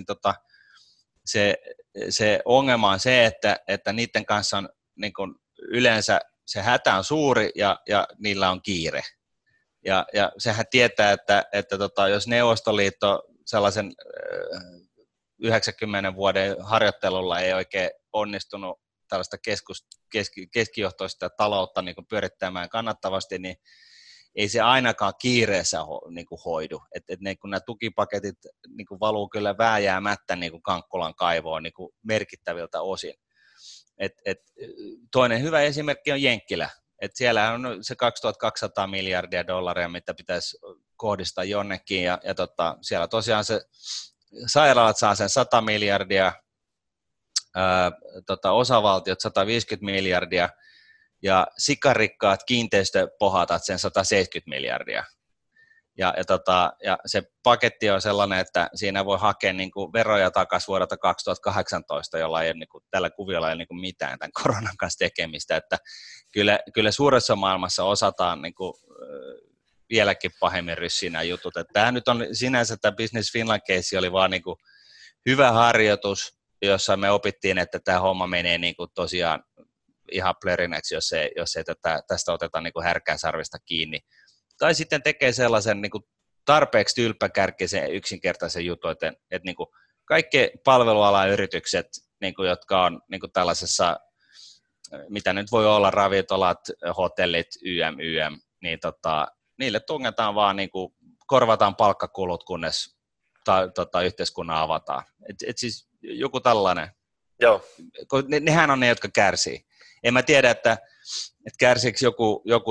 se ongelma on se, että niiden kanssa on niin kuin yleensä se hätä on suuri ja niillä on kiire. Ja sehän tietää, että jos Neuvostoliitto sellaisen 90 vuoden harjoittelulla ei oikein onnistunut tällaista keskijohtoista taloutta niin kuin pyörittämään kannattavasti, niin ei se ainakaan kiireessä niin kuin hoidu. Kun nämä tukipaketit niin kuin valuu kyllä vääjäämättä niin kuin Kankkulan kaivoon niin kuin merkittäviltä osin. Toinen hyvä esimerkki on Jenkkilä. Siellä on se 2200 miljardia dollaria, mitä pitäisi kohdistaa jonnekin, ja siellä tosiaan se sairaalat saa sen 100 miljardia, osavaltiot 150 miljardia, ja sikarikkaat kiinteistöpohatat sen 170 miljardia. Ja se paketti on sellainen, että siinä voi hakea niin kuin veroja takaisin vuodelta 2018, jolla ei niin kuin, tällä kuviolla ei ole niin kuin mitään tämän koronan kanssa tekemistä. Että kyllä suuressa maailmassa osataan niin kuin, vieläkin pahemmin ryssiä nämä jutut. Tämä nyt on sinänsä, tämä Business Finland case oli vaan niin kuin hyvä harjoitus, jossa me opittiin, että tämä homma menee niin kuin tosiaan ihan plörinäksi, jos ei tästä oteta niin kuin härkää sarvista kiinni. Tai sitten tekee sellaisen niin kuin tarpeeksi tylppäkärkisen yksinkertaisen jutun, että niin kuin kaikki palvelualan yritykset, niin kuin, jotka on niin kuin tällaisessa, mitä nyt voi olla, ravintolat, hotellit, YM, niin niille tungetaan vaan, niin kuin, korvataan palkkakulut, kunnes yhteiskunnan avataan. Et siis joku tällainen. Joo. Nehän on ne, jotka kärsii. En mä tiedä, että kärsiikö joku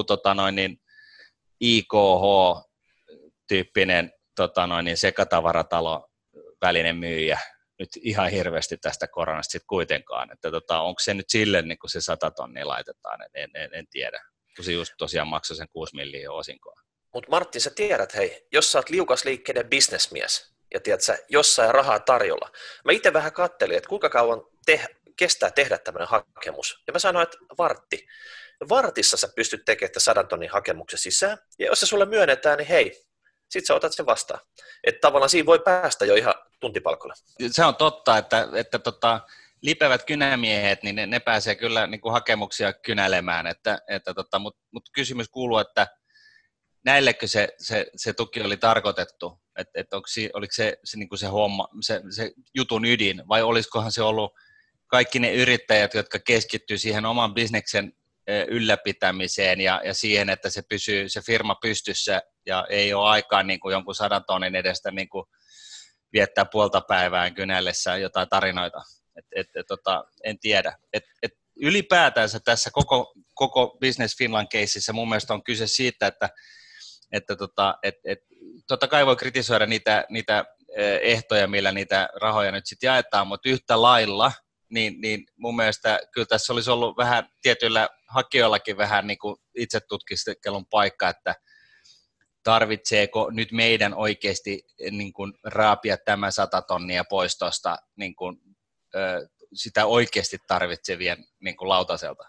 IKH-tyyppinen sekatavaratalo välinen myyjä nyt ihan hirveästi tästä koronasta sitten kuitenkaan, että onko se nyt sille niin kun se 100 tonnia laitetaan, en tiedä, kun se just tosiaan maksoi sen 6 miljoonaa osinkoa. Mutta Martti, sä tiedät, hei, jos sä oot liukasliikkeiden bisnesmies ja tiedät sä jossain rahaa tarjolla, mä itse vähän kattelin, että kuinka kauan kestää tehdä tämmöinen hakemus? Ja mä sanoin, että vartti. Vartissa sä pystyt tekemään 100 tonnin hakemuksen sisään, ja jos se sulle myönnetään, niin hei, sit sä otat sen vastaan. Että tavallaan siinä voi päästä jo ihan tuntipalkolle. Se on totta, että lipevät kynämiehet, niin ne pääsee kyllä niin kuin hakemuksia kynälemään, mutta kysymys kuuluu, että näillekö se tuki oli tarkoitettu, että oliko se, niin kuin se homma, se jutun ydin, vai olisikohan se ollut kaikki ne yrittäjät, jotka keskittyy siihen oman bisneksen ylläpitämiseen ja siihen, että se pysyy se firma pystyssä ja ei ole aikaa niin kuin jonkun 100 tonnin edestä niin kuin viettää puolta päivää kynällessä jotain tarinoita. En tiedä. Ylipäätänsä tässä koko Business Finland -keississä mun mielestä on kyse siitä, että totta kai voi kritisoida niitä ehtoja, millä niitä rahoja nyt sitten jaetaan, mutta yhtä lailla, niin mun mielestä kyllä tässä olisi ollut vähän tietyillä hakijoillakin vähän niin kuin itse tutkiskelun paikka, että tarvitseeko nyt meidän oikeasti niin kuin raapia tämä 100 tonnia pois tuosta niin kuin, sitä oikeasti tarvitsevien niin kuin lautaselta?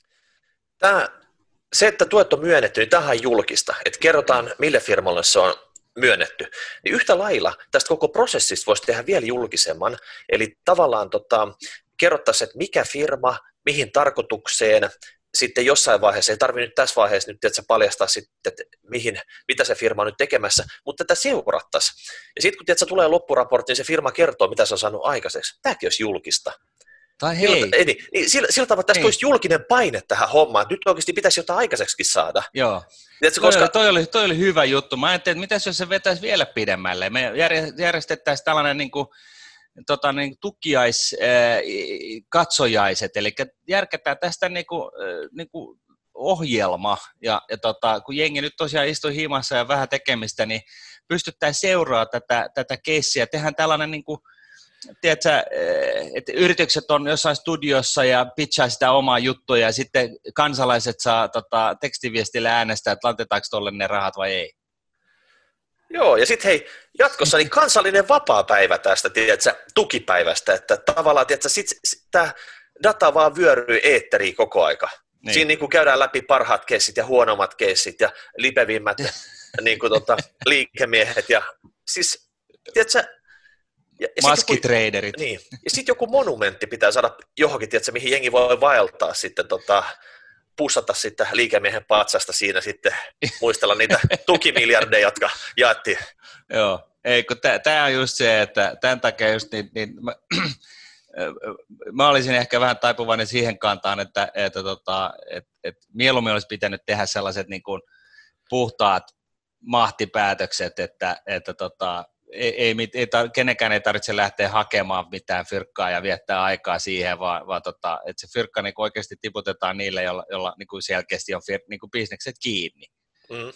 Se, että tuet on myönnetty, niin tämähän on julkista, että kerrotaan mille firmalle se on myönnetty. Niin yhtä lailla tästä koko prosessista voisi tehdä vielä julkisemman, eli tavallaan kerrottaisiin, että mikä firma, mihin tarkoitukseen, sitten jossain vaiheessa, ei tarvitse nyt tässä vaiheessa nyt että paljastaa sitten, että mitä se firma on nyt tekemässä, mutta tätä seurattaisiin. Ja sitten kun tulee loppuraportti, niin se firma kertoo, mitä se on saanut aikaiseksi. Tämäkin olisi julkista. Tai hei. Sillä tavalla tästä olisi julkinen paine tähän hommaan, että nyt oikeasti pitäisi jotain aikaiseksi saada. Joo. Tiedätkö, toi oli hyvä juttu. Mä ajattelin, että mitäs jos se vetäisi vielä pidemmälle. Me järjestettäisiin tällainen niin tukiaiskatsojaiset, eli järkätään tästä niin kuin ohjelma, ja kun jengi nyt tosiaan istuu himassa ja vähän tekemistä, niin pystyttäisiin seuraamaan tätä keissiä. Tehdään tällainen, niin kuin, tiedätkö, että yritykset on jossain studiossa ja pitchaa sitä omaa juttua, ja sitten kansalaiset saa tekstiviestillä äänestää, että laitetaanko tuolle ne rahat vai ei. Joo, ja sitten hei, jatkossa niin kansallinen vapaapäivä tästä, tiedätkö, tukipäivästä, että tavallaan, tiedätkö, tämä data vaan vyöryy eetteriin koko aika. Niin. Siinä niin kuin käydään läpi parhaat keissit ja huonommat keissit ja lipevimmät niin kuin, liikemiehet ja siis, tiedätkö, maskitraderit. Niin, ja sitten joku monumentti pitää saada johonkin, tiedätkö, mihin jengi voi vaeltaa sitten pussata sitten liikemiehen patsasta siinä sitten, muistella niitä tukimiljardeja, jotka jaettiin. Joo, ei kun tämä on just se, että tämän takia just niin mä olisin ehkä vähän taipuvainen siihen kantaan, että mieluummin olisi pitänyt tehdä sellaiset niin kuin puhtaat mahtipäätökset, että kenenkään ei tarvitse lähteä hakemaan mitään fyrkkaa ja viettää aikaa siihen, vaan että se fyrkka niin oikeasti tiputetaan niille, joilla niin kuin selkeästi on niin kuin bisnekset kiinni. Mm.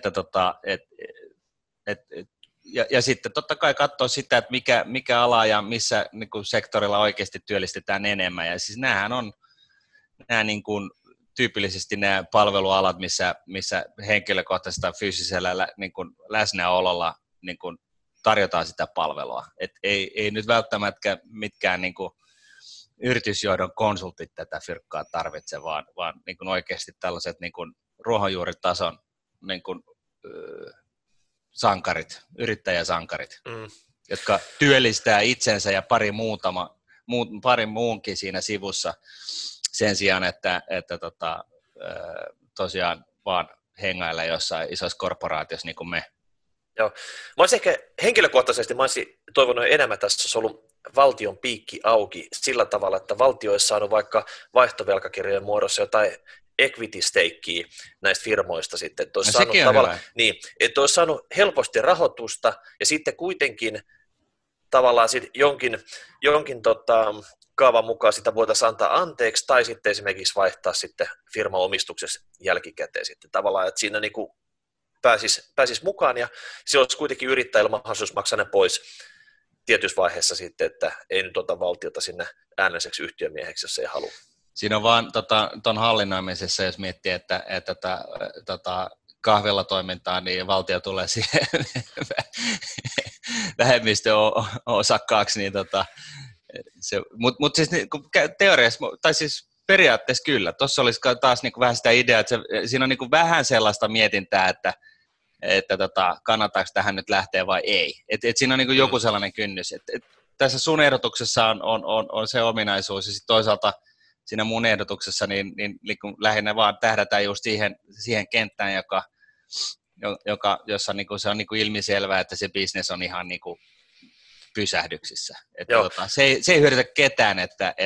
Ja sitten totta kai katsoa sitä, että mikä ala ja missä niin kuin sektorilla oikeasti työllistetään enemmän. Ja siis näähän on niin kuin tyypillisesti nämä palvelualat, missä henkilökohtaisesta fyysisellä niin kuin läsnäololla niin kuin tarjotaan sitä palvelua. Et ei nyt välttämättä mitkään niin kuin yritysjohdon konsultit tätä fyrkkaa tarvitse, vaan niin kuin oikeasti tällaiset niin kuin ruohonjuuritason niin kuin, sankarit, yrittäjäsankarit, jotka työllistää itsensä ja pari muunkin siinä sivussa sen sijaan, että tosiaan vaan hengailla jossain isossa korporaatiossa niin kuin me. Joo. Mä olisin ehkä henkilökohtaisesti, mä olisin toivonut enemmän, tässä olisi ollut valtion piikki auki sillä tavalla, että valtio olisi saanut vaikka vaihtovelkakirjojen muodossa jotain equity stakeä näistä firmoista sitten, että olisi saanut että olisi saanut helposti rahoitusta ja sitten kuitenkin tavallaan sit jonkin kaavan mukaan sitä voitaisiin antaa anteeksi tai sitten esimerkiksi vaihtaa sitten firman omistuksessa jälkikäteen sitten tavallaan, että siinä niinku pääsis mukaan ja se olisi kuitenkin yrittäjällä mahdollisuus maksaa ne pois tietyssä vaiheessa sitten, että ei nyt ota valtiota sinne äänelliseksi yhtiömieheksi, jos ei halua. Siinä on vaan tuon hallinnoimisessa, jos miettii, että kahvilatoimintaa, niin valtio tulee siihen vähemmistöosakkaaksi, niin Mutta siis teoriassa, tai siis periaatteessa kyllä. Tuossa olisi taas niinku vähän sitä ideaa, että siinä on niinku vähän sellaista mietintää, että kannattaako tähän nyt lähteä vai ei. Et siinä on niinku joku sellainen kynnys. Et tässä sun ehdotuksessa on se ominaisuus, ja sitten toisaalta siinä mun ehdotuksessa niin lähinnä vaan tähdätään just siihen kenttään, jossa niinku se on niinku ilmiselvää, että se business on ihan niinku pysähdyksissä. Että se ei hyödytä ketään, että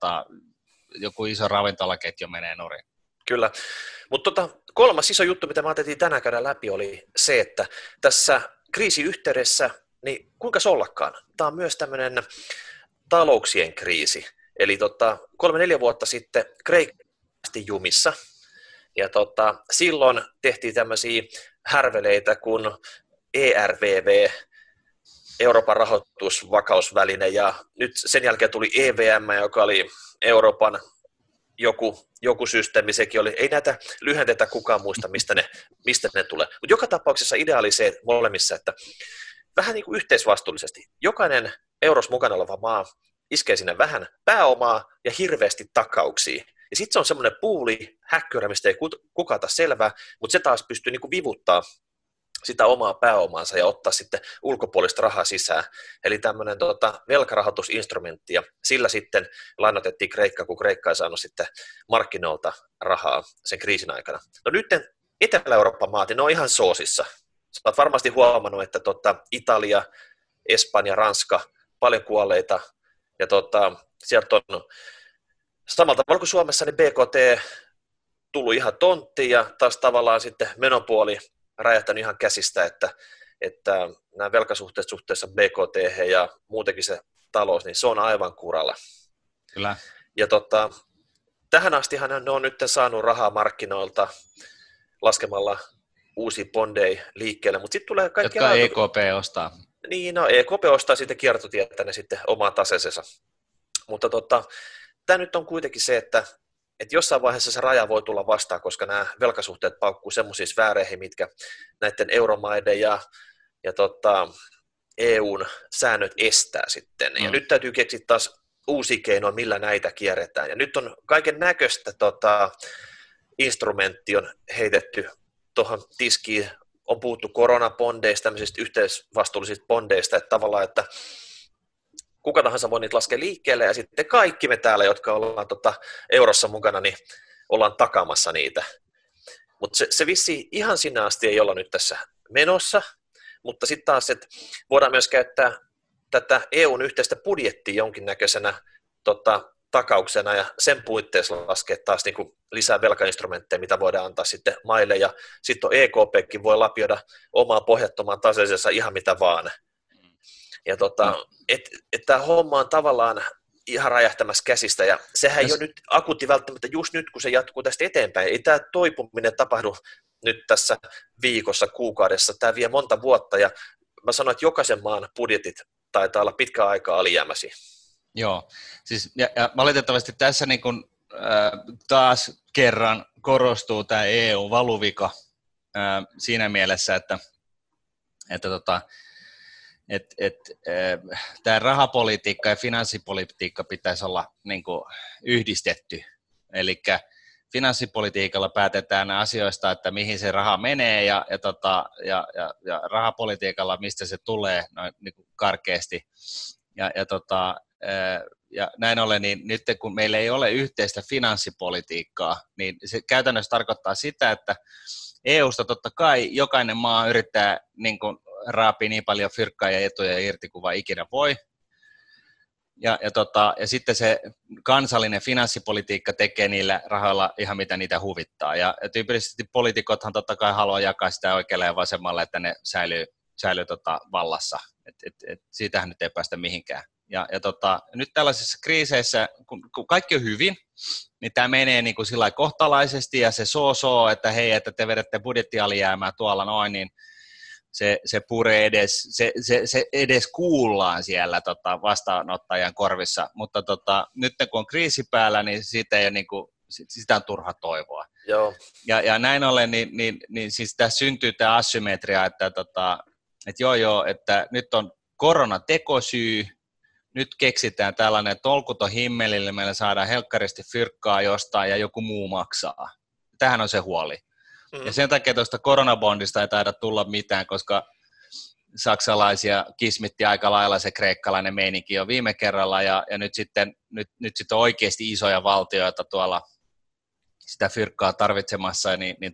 joku iso ravintolaketju menee nurin. Kyllä, mutta kolmas iso juttu, mitä me ajateltiin tänään käydä läpi, oli se, että tässä kriisiyhteydessä, niin kuinka se ollakaan, tämä on myös tämmöinen talouksien kriisi. Eli 3-4 vuotta sitten Kreikka jumissa, ja silloin tehtiin tämmöisiä härveleitä kuin ERVV, Euroopan rahoitusvakausväline, ja nyt sen jälkeen tuli EVM, joka oli Euroopan joku systeemi, sekin oli, ei näitä lyhenteitä kukaan muista, mistä ne tulee. Mutta joka tapauksessa idea oli se molemmissa, että vähän niin kuin yhteisvastuullisesti, jokainen euros mukana oleva maa iskee sinne vähän pääomaa ja hirveästi takauksia. Ja sitten se on semmoinen puuli, häkkyrä, mistä ei kukaan taa selvää, mutta se taas pystyy niin kuin vivuttaa sitä omaa pääomaansa ja ottaa sitten ulkopuolista rahaa sisään. Eli tämmöinen velkarahoitusinstrumentti, ja sillä sitten lainotettiin Kreikka, kun Kreikka ei saanut sitten markkinoilta rahaa sen kriisin aikana. No nyt Etelä-Euroopan maat, ne on ihan soosissa. Sä oot varmasti huomannut, että Italia, Espanja, Ranska, paljon kuolleita, ja sieltä on samalla tavalla kuin Suomessa, niin BKT tullut ihan tonttiin, ja taas tavallaan sitten menopuoli räjähtänyt ihan käsistä, että nämä velkasuhteet suhteessa BKT ja muutenkin se talous, niin se on aivan kuralla. Kyllä. Ja tähän astihan ne on nyt saanut rahaa markkinoilta laskemalla uusia bondeja liikkeelle, mutta sitten tulee kaikki... Jotka EKP ostaa. Niin, no EKP ostaa sitten kiertotietä ne sitten omaan taseeseensa. Mutta tämä nyt on kuitenkin se, että jossain vaiheessa se raja voi tulla vastaan, koska nämä velkasuhteet paukkuu semmoisiin sfääreihin, mitkä näiden euromaiden ja EUn säännöt estää sitten. Ja nyt täytyy keksiä taas uusia keinoja, millä näitä kierretään. Ja nyt on kaiken näköistä instrumentti on heitetty tuohon tiskiin. On puhuttu koronabondeista, tämmöisistä yhteisvastuullisista bondeista, että tavallaan, että kuka tahansa voi niitä laskea liikkeelle, ja sitten kaikki me täällä, jotka ollaan eurossa mukana, niin ollaan takaamassa niitä. Mutta se vissiin ihan sinä asti ei olla nyt tässä menossa, mutta sitten taas, että voidaan myös käyttää tätä EUn yhteistä budjettia jonkinnäköisenä takauksena, ja sen puitteissa laskea taas niin kuin lisää velkainstrumentteja, mitä voidaan antaa sitten maille, ja sitten EKPkin voi lapioida omaa pohjattomaan taseeseensa ihan mitä vaan. Ja tämä homma on tavallaan ihan räjähtämässä käsistä, ja sehän ei ole nyt akuutti välttämättä just nyt, kun se jatkuu tästä eteenpäin. Ei tämä toipuminen tapahdu nyt tässä viikossa, kuukaudessa, tämä vie monta vuotta, ja mä sanoin, että jokaisen maan budjetit taitaa olla pitkään aikaa alijäämäisiä. Joo, siis ja valitettavasti tässä niin kun, taas kerran korostuu tämä EU-valuvika siinä mielessä, että tämä rahapolitiikka ja finanssipolitiikka pitäisi olla niin kuin yhdistetty. Eli finanssipolitiikalla päätetään asioista, että mihin se raha menee, ja rahapolitiikalla, mistä se tulee noin niin kuin karkeasti. Ja näin ollen, niin nyt kun meillä ei ole yhteistä finanssipolitiikkaa, niin se käytännössä tarkoittaa sitä, että EUsta totta kai jokainen maa yrittää niin kuin raapii niin paljon fyrkkaa ja etuja irti kuin vaan ikinä voi. Ja sitten se kansallinen finanssipolitiikka tekee niillä rahoilla ihan mitä niitä huvittaa. Ja tyypillisesti poliitikothan totta kai haluaa jakaa sitä oikealle ja vasemmalle, että ne säilyy vallassa. Siitähän nyt ei päästä mihinkään. Ja nyt tällaisissa kriiseissä, kun kaikki on hyvin, niin tämä menee niin kuin sillä kohtalaisesti, ja se että hei, että te vedätte budjettialijäämää tuolla noin, niin se puree se edes kuullaan siellä vastaanottajan korvissa, mutta nyt kun on kriisi päällä, niin siitä ei niinku, sitä on turha toivoa. Joo. Ja näin ollen, niin siis tässä syntyy tämä asymmetria, että että nyt on koronatekosyy, nyt keksitään tällainen tolkuton himmelille, meillä saadaan helkkaristi fyrkkaa jostain ja joku muu maksaa. Tähän on se huoli. Ja sen takia tuosta koronabondista ei taida tulla mitään, koska saksalaisia kismitti aika lailla se kreikkalainen meininki jo viime kerralla, ja nyt sitten on oikeasti isoja valtioita tuolla sitä fyrkkaa tarvitsemassa,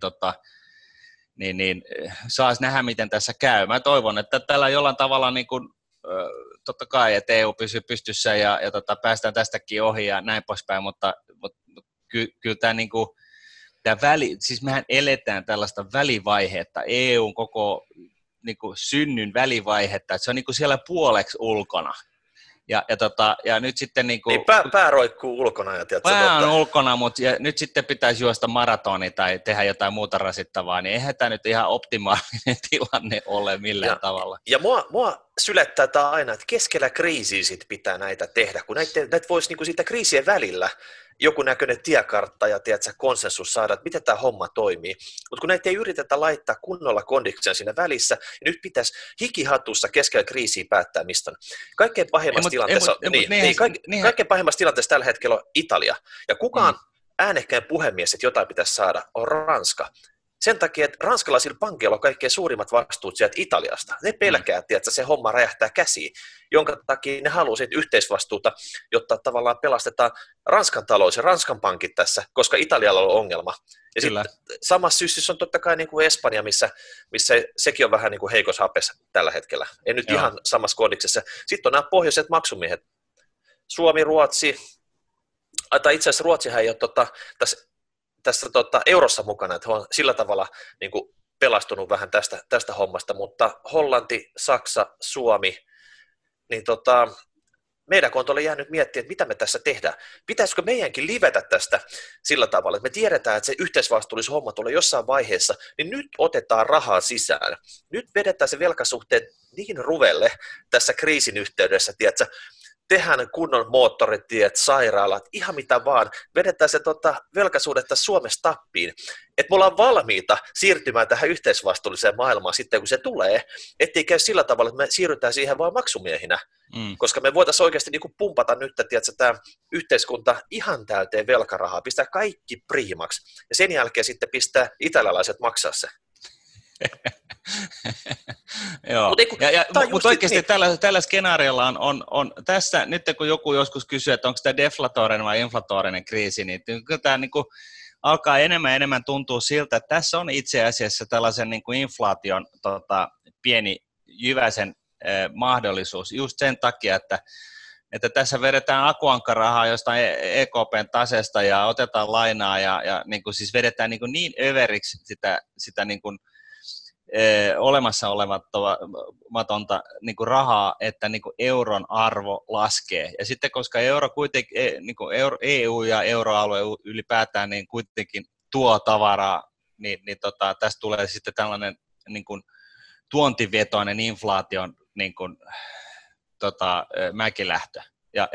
niin saisi nähdä, miten tässä käy. Mä toivon, että tällä jollain tavalla, niin kuin, totta kai, että EU pysyy pystyssä ja päästään tästäkin ohi ja näin poispäin, mutta kyllä tämä niin kuin, siis mehän eletään tällaista välivaihetta, EUn koko niin kuin synnyn välivaihetta, että se on niin kuin siellä puoleksi ulkona. Ja nyt sitten niin pää roikkuu ulkona. Ja pää on ulkona, mutta nyt sitten pitäisi juosta maratoni tai tehdä jotain muuta rasittavaa, niin eihän tämä nyt ihan optimaalinen tilanne ole millään tavalla. Ja mua sylettää tämä aina, että keskellä kriisiä sit pitää näitä tehdä, kun näitä voisi niinku siitä kriisien välillä joku näköinen tiekartta ja konsensus saada, että miten tämä homma toimii. Mutta kun näitä ei yritetä laittaa kunnolla kondikseen siinä välissä, niin nyt pitäisi hikihatussa keskellä kriisiä päättää, mistä on. Kaikkein pahimmassa tilanteessa tällä hetkellä on Italia. Ja kukaan äänekkäin puhemies, että jotain pitäisi saada, on Ranska. Sen takia, että ranskalaisilla pankeilla on kaikkein suurimmat vastuut sieltä Italiasta. Ne pelkää, että se homma räjähtää käsiin, jonka takia ne haluaa siitä yhteisvastuuta, jotta tavallaan pelastetaan Ranskan talous ja Ranskan pankit tässä, koska Italialla on ongelma. Ja sitten samassa syssissä on totta kai niin kuin Espanja, missä sekin on vähän niin kuin heikossa hapessa tällä hetkellä. Ei nyt ihan samassa kondiksessa. Sitten on nämä pohjoiset maksumiehet. Suomi, Ruotsi, tai itse asiassa Ruotsihan ei ole tässä eurossa mukana, että he on sillä tavalla niin kuin pelastunut vähän tästä hommasta, mutta Hollanti, Saksa, Suomi, niin meidän kontolle jää nyt miettiä, että mitä me tässä tehdään. Pitäisikö meidänkin livetä tästä sillä tavalla, että me tiedetään, että se yhteisvastuullisuus homma tulee jossain vaiheessa, niin nyt otetaan rahaa sisään. Nyt vedetään se velkasuhteet niin ruvelle tässä kriisin yhteydessä, tiedätkö, tehdään kunnon moottoritiet, sairaalat, ihan mitä vaan, vedetään se velkaisuudetta Suomesta tappiin, että me ollaan valmiita siirtymään tähän yhteisvastuulliseen maailmaan sitten, kun se tulee, ettei käy sillä tavalla, että me siirrytään siihen vaan maksumiehinä, koska me voitaisiin oikeasti niin kuin pumpata nyt, tiedätkö, tämä yhteiskunta ihan täyteen velkarahaa, pistää kaikki priimaksi, ja sen jälkeen sitten pistää italialaiset maksaa se. Joo. Mutta oikeasti niin. Tällä skenaariolla on tässä, nyt kun joku joskus kysyy, että onko tämä deflatorinen vai inflatorinen kriisi, niin kyllä tämä niin kuin alkaa enemmän tuntua siltä, että tässä on itse asiassa tällaisen niin kuin inflaation pieni jyväsen mahdollisuus just sen takia, että tässä vedetään akuankkarahaa jostain EKPn tasesta ja otetaan lainaa ja niin kuin siis vedetään niin överiksi sitä niin kuin olemassa olematonta niin kuin rahaa, että niin kuin euron arvo laskee. Ja sitten koska euro kuitenkin, niin kuin EU ja euroalue ylipäätään niin kuitenkin tuo tavaraa, niin tästä tulee sitten tällainen niin kuin tuontivetoinen inflaation niin kuin, mäkilähtö. Ja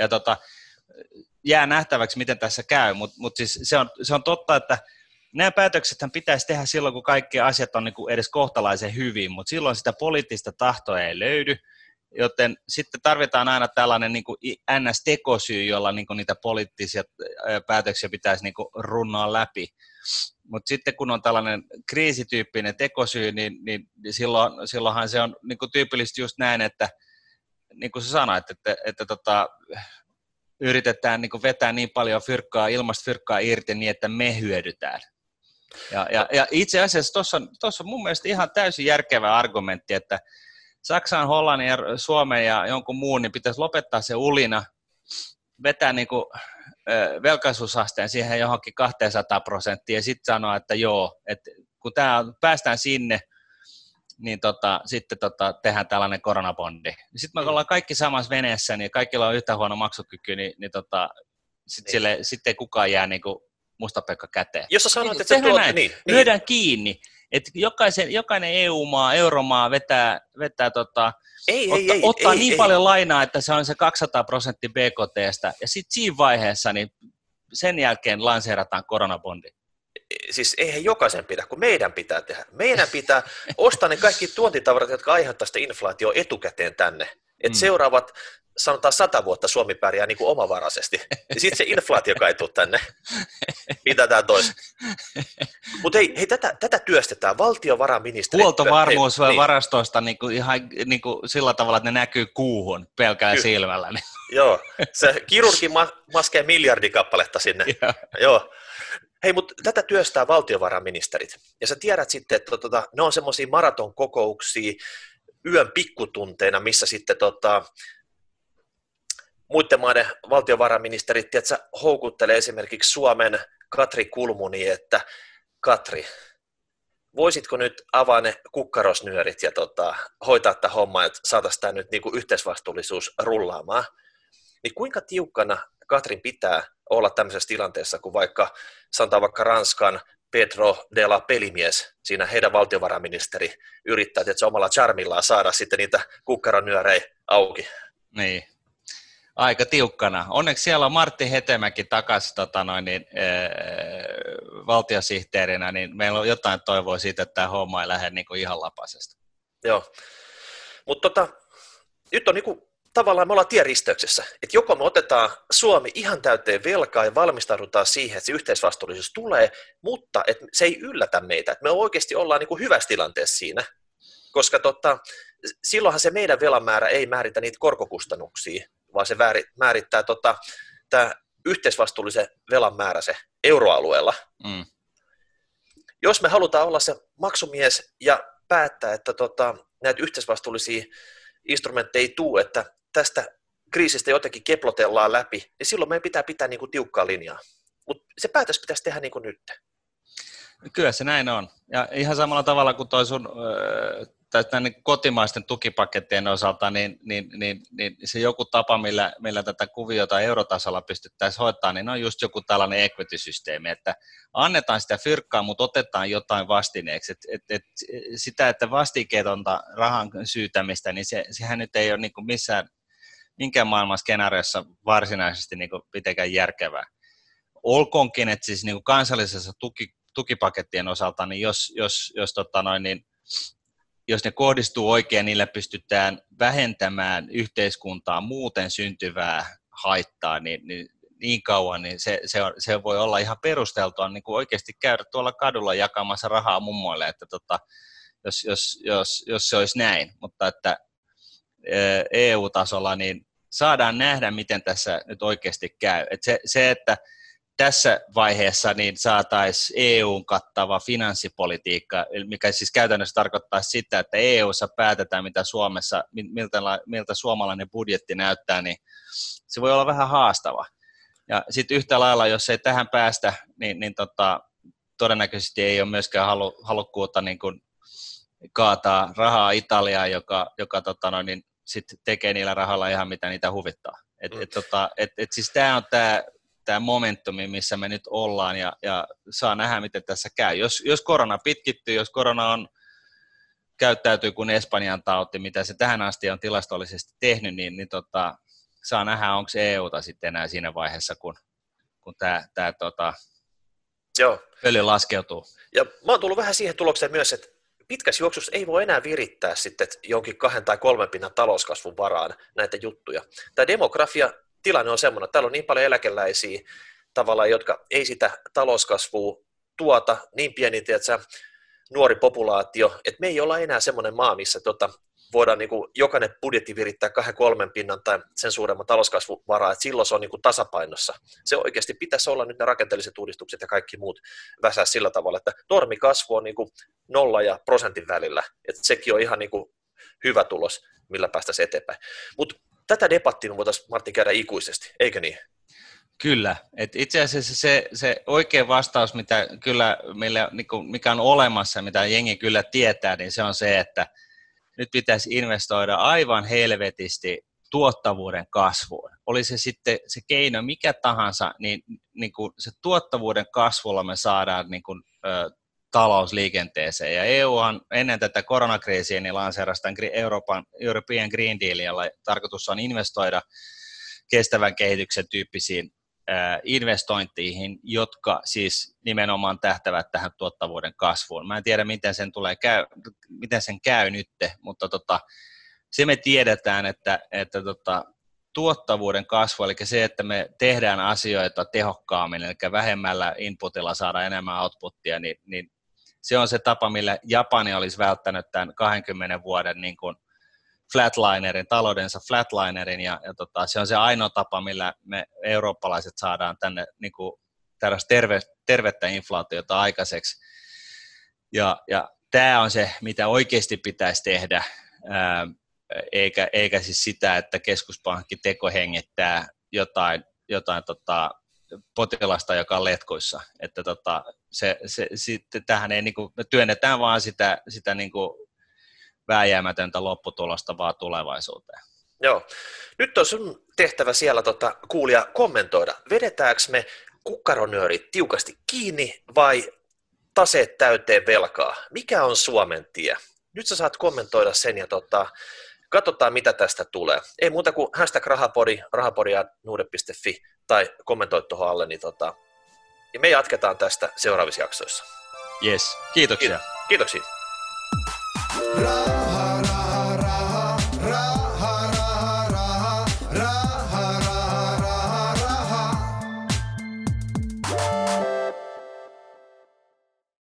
jää nähtäväksi, miten tässä käy, mutta siis se on totta, että nämä päätöksethän pitäisi tehdä silloin, kun kaikki asiat on niin kuin edes kohtalaisen hyvin, mutta silloin sitä poliittista tahtoa ei löydy, joten sitten tarvitaan aina tällainen niin kuin NS-tekosyy, jolla niin kuin niitä poliittisia päätöksiä pitäisi niin kuin runnoa läpi. Mutta sitten kun on tällainen kriisityyppinen tekosyy, niin silloinhan se on niin kuin tyypillisesti just näin, että niin kuin sä sanoit, että yritetään niin kuin vetää niin paljon ilmasta fyrkkaa irti niin, että me hyödytään. Ja itse asiassa tuossa on mun mielestä ihan täysin järkevä argumentti, että Saksan, Hollannin ja Suomen ja jonkun muun niin pitäisi lopettaa se ulina, vetää niin kuin velkaisuusasteen siihen johonkin 200% ja sitten sanoa, että joo, että kun päästään sinne, niin sitten tehdään tällainen koronabondi. Sitten me ollaan kaikki samassa veneessä, niin kaikilla on yhtä huono maksukyky, niin sitten ei kukaan jää niin kuin mustapekka käteen. Jos sä sanoit, että se lyödään kiinni, että jokainen EU-maa, euromaa ottaa niin paljon lainaa, että se on se 200% BKT:stä, ja sitten siinä vaiheessa, niin sen jälkeen lanseerataan koronabondi. Siis eihän jokaisen pidä, kun meidän pitää tehdä. Meidän pitää ostaa ne kaikki tuontitavarat, jotka aiheuttavat sitä inflaatioa etukäteen tänne. että seuraavat, sanotaan 100 vuotta Suomi pärjää niin kuin omavaraisesti. Ja sitten se inflaatio ei tule tänne. Mitä tämä toisi? Mutta hei tätä työstetään. Valtiovarainministeri. Huoltovarmuusvarastoista niin ihan niin kuin sillä tavalla, että ne näkyy kuuhun pelkään silmällä. Niin. Joo, se kirurgi maskee miljardikappaletta sinne. Joo. Hei, mutta tätä työstää valtiovarainministerit. Ja sä tiedät sitten, että ne on semmoisia maratonkokouksia yön pikkutunteina, missä sitten muiden maiden valtiovarainministerit, tiedätkö, houkuttelee esimerkiksi Suomen Katri Kulmuni, että Katri, voisitko nyt avaa ne kukkarosnyörit ja hoitaa tämä homma, että saataisiin tämä nyt niin kuin yhteisvastuullisuus rullaamaan. Niin kuinka tiukkana Katrin pitää olla tämmöisessä tilanteessa, kun sanotaan vaikka Ranskan Pedro de la Pelimies, siinä heidän valtiovarainministeri yrittää tietysti omalla charmillaan saada sitten niitä kukkaronyörejä auki. Niin. Aika tiukkana. Onneksi siellä on Martti Hetemäki takaisin valtiosihteerinä, niin meillä on jotain toivoa siitä, että tämä homma ei lähde niin kuin ihan lapasesta. Joo, mutta nyt on niin kuin, tavallaan me ollaan tienristeyksessä, että joko me otetaan Suomi ihan täyteen velkaa ja valmistaudutaan siihen, että se yhteisvastuullisuus tulee, mutta että se ei yllätä meitä, että me oikeasti ollaan niin kuin hyvässä tilanteessa siinä, koska silloinhan se meidän velan määrä ei määritä niitä korkokustannuksia, vaan se määrittää tämä yhteisvastuullisen velan määrä se euroalueella. Mm. Jos me halutaan olla se maksumies ja päättää, että näitä yhteisvastuullisia instrumentteja ei tule, että tästä kriisistä jotenkin keplotellaan läpi, niin silloin meidän pitää niin kuin tiukkaa linjaa. Mutta se päätös pitäisi tehdä niin kuin nyt. Kyllä se näin on. Ja ihan samalla tavalla kuin toi sun kotimaisten tukipakettien osalta, niin se joku tapa, millä tätä kuviota eurotasolla pystyttäisiin hoitaa, niin on just joku tällainen equity-systeemi, että annetaan sitä fyrkkaa, mutta otetaan jotain vastineeksi. Sitä, että vastikeetonta rahan syytämistä, niin sehän nyt ei ole niin kuin minkään maailman skenaariossa varsinaisesti niin kuin mitenkään järkevää. Olkoonkin, että siis niin kuin kansallisessa tukipakettien osalta, niin jos ne kohdistuu oikein, niillä pystytään vähentämään yhteiskuntaan muuten syntyvää haittaa, niin kauan niin se voi olla ihan perusteltua niin kuin oikeasti käydä tuolla kadulla jakamassa rahaa mummoille, että jos se olisi näin, mutta että EU-tasolla niin saadaan nähdä, miten tässä nyt oikeasti käy. Että se, että tässä vaiheessa niin saataisiin EUn kattava finanssipolitiikka, mikä siis käytännössä tarkoittaa sitä, että EUssa päätetään, mitä Suomessa, miltä suomalainen budjetti näyttää, niin se voi olla vähän haastava. Ja sitten yhtä lailla, jos ei tähän päästä, niin todennäköisesti ei ole myöskään halukkuutta niin kuin kaataa rahaa Italiaan, joka niin sit tekee niillä rahalla ihan mitä niitä huvittaa. Siis tämä on tämä momentumi, missä me nyt ollaan ja saa nähdä, miten tässä käy. Jos korona pitkittyy, jos korona käyttäytyy kuin Espanjan tauti, mitä se tähän asti on tilastollisesti tehnyt, niin saa nähdä, onko se EUta sitten enää siinä vaiheessa, kun tämä pöly laskeutuu. Ja mä oon tullut vähän siihen tulokseen myös, että pitkässä juoksussa ei voi enää virittää sitten jonkin 2 tai 3 pinnan talouskasvun varaan näitä juttuja. Tämä demografia tilanne on semmoinen, että täällä on niin paljon eläkeläisiä tavallaan, jotka ei sitä talouskasvua tuota, niin pieni nuori populaatio, että me ei olla enää semmoinen maa, missä voidaan niin kuin jokainen budjetti virittää 2-3 pinnan tai sen suuremman talouskasvun varaa, että silloin se on niin kuin tasapainossa. Se oikeasti pitäisi olla nyt ne rakenteelliset uudistukset ja kaikki muut väsää sillä tavalla, että normikasvu on niin kuin 0 ja prosentin välillä, että sekin on ihan niin kuin hyvä tulos, millä päästäisiin eteenpäin. Mutta tätä debattia voitaisiin, Martti, käydä ikuisesti, eikö niin? Kyllä. Et itse asiassa se oikea vastaus, mikä on olemassa, mitä jengi kyllä tietää, niin se on se, että nyt pitäisi investoida aivan helvetisti tuottavuuden kasvuun. Oli se sitten se keino mikä tahansa, niin kuin se tuottavuuden kasvulla me saadaan niin kuin, talousliikenteeseen. Ja EUhan ennen tätä koronakriisiä niin lanseerasi tämän European Green Deal, jolla tarkoitus on investoida kestävän kehityksen tyyppisiin investointiin, jotka siis nimenomaan tähtävät tähän tuottavuuden kasvuun. Mä en tiedä, miten sen käy nyt, mutta se me tiedetään, että tuottavuuden kasvu, eli se, että me tehdään asioita tehokkaammin, eli vähemmällä inputilla saada enemmän outputtia, niin se on se tapa, millä Japani olisi välttänyt tämän 20 vuoden niin kuin taloudensa flatlinerin, ja se on se ainoa tapa, millä me eurooppalaiset saadaan tänne niin kuin tällaista tervettä inflaatiota aikaiseksi. Ja tämä on se, mitä oikeasti pitäisi tehdä, eikä siis sitä, että keskuspankki tekohengittää jotain potilasta, joka on letkuissa. Että sitten tähän ei niinku, me työnnetään vaan sitä niinku vääjäämätöntä lopputulosta vaan tulevaisuuteen. Joo. Nyt on sun tehtävä siellä kuulija kommentoida. Vedetäänkö me kukkaronöörit tiukasti kiinni vai taseet täyteen velkaa? Mikä on Suomen tie? Nyt sä saat kommentoida sen ja katsotaan, mitä tästä tulee. Ei muuta kuin #rahapodi@nuude.fi tai kommentoi tuohon alle, niin ja me jatketaan tästä seuraavissa jaksoissa. Yes, kiitoksia. Kiitoksia.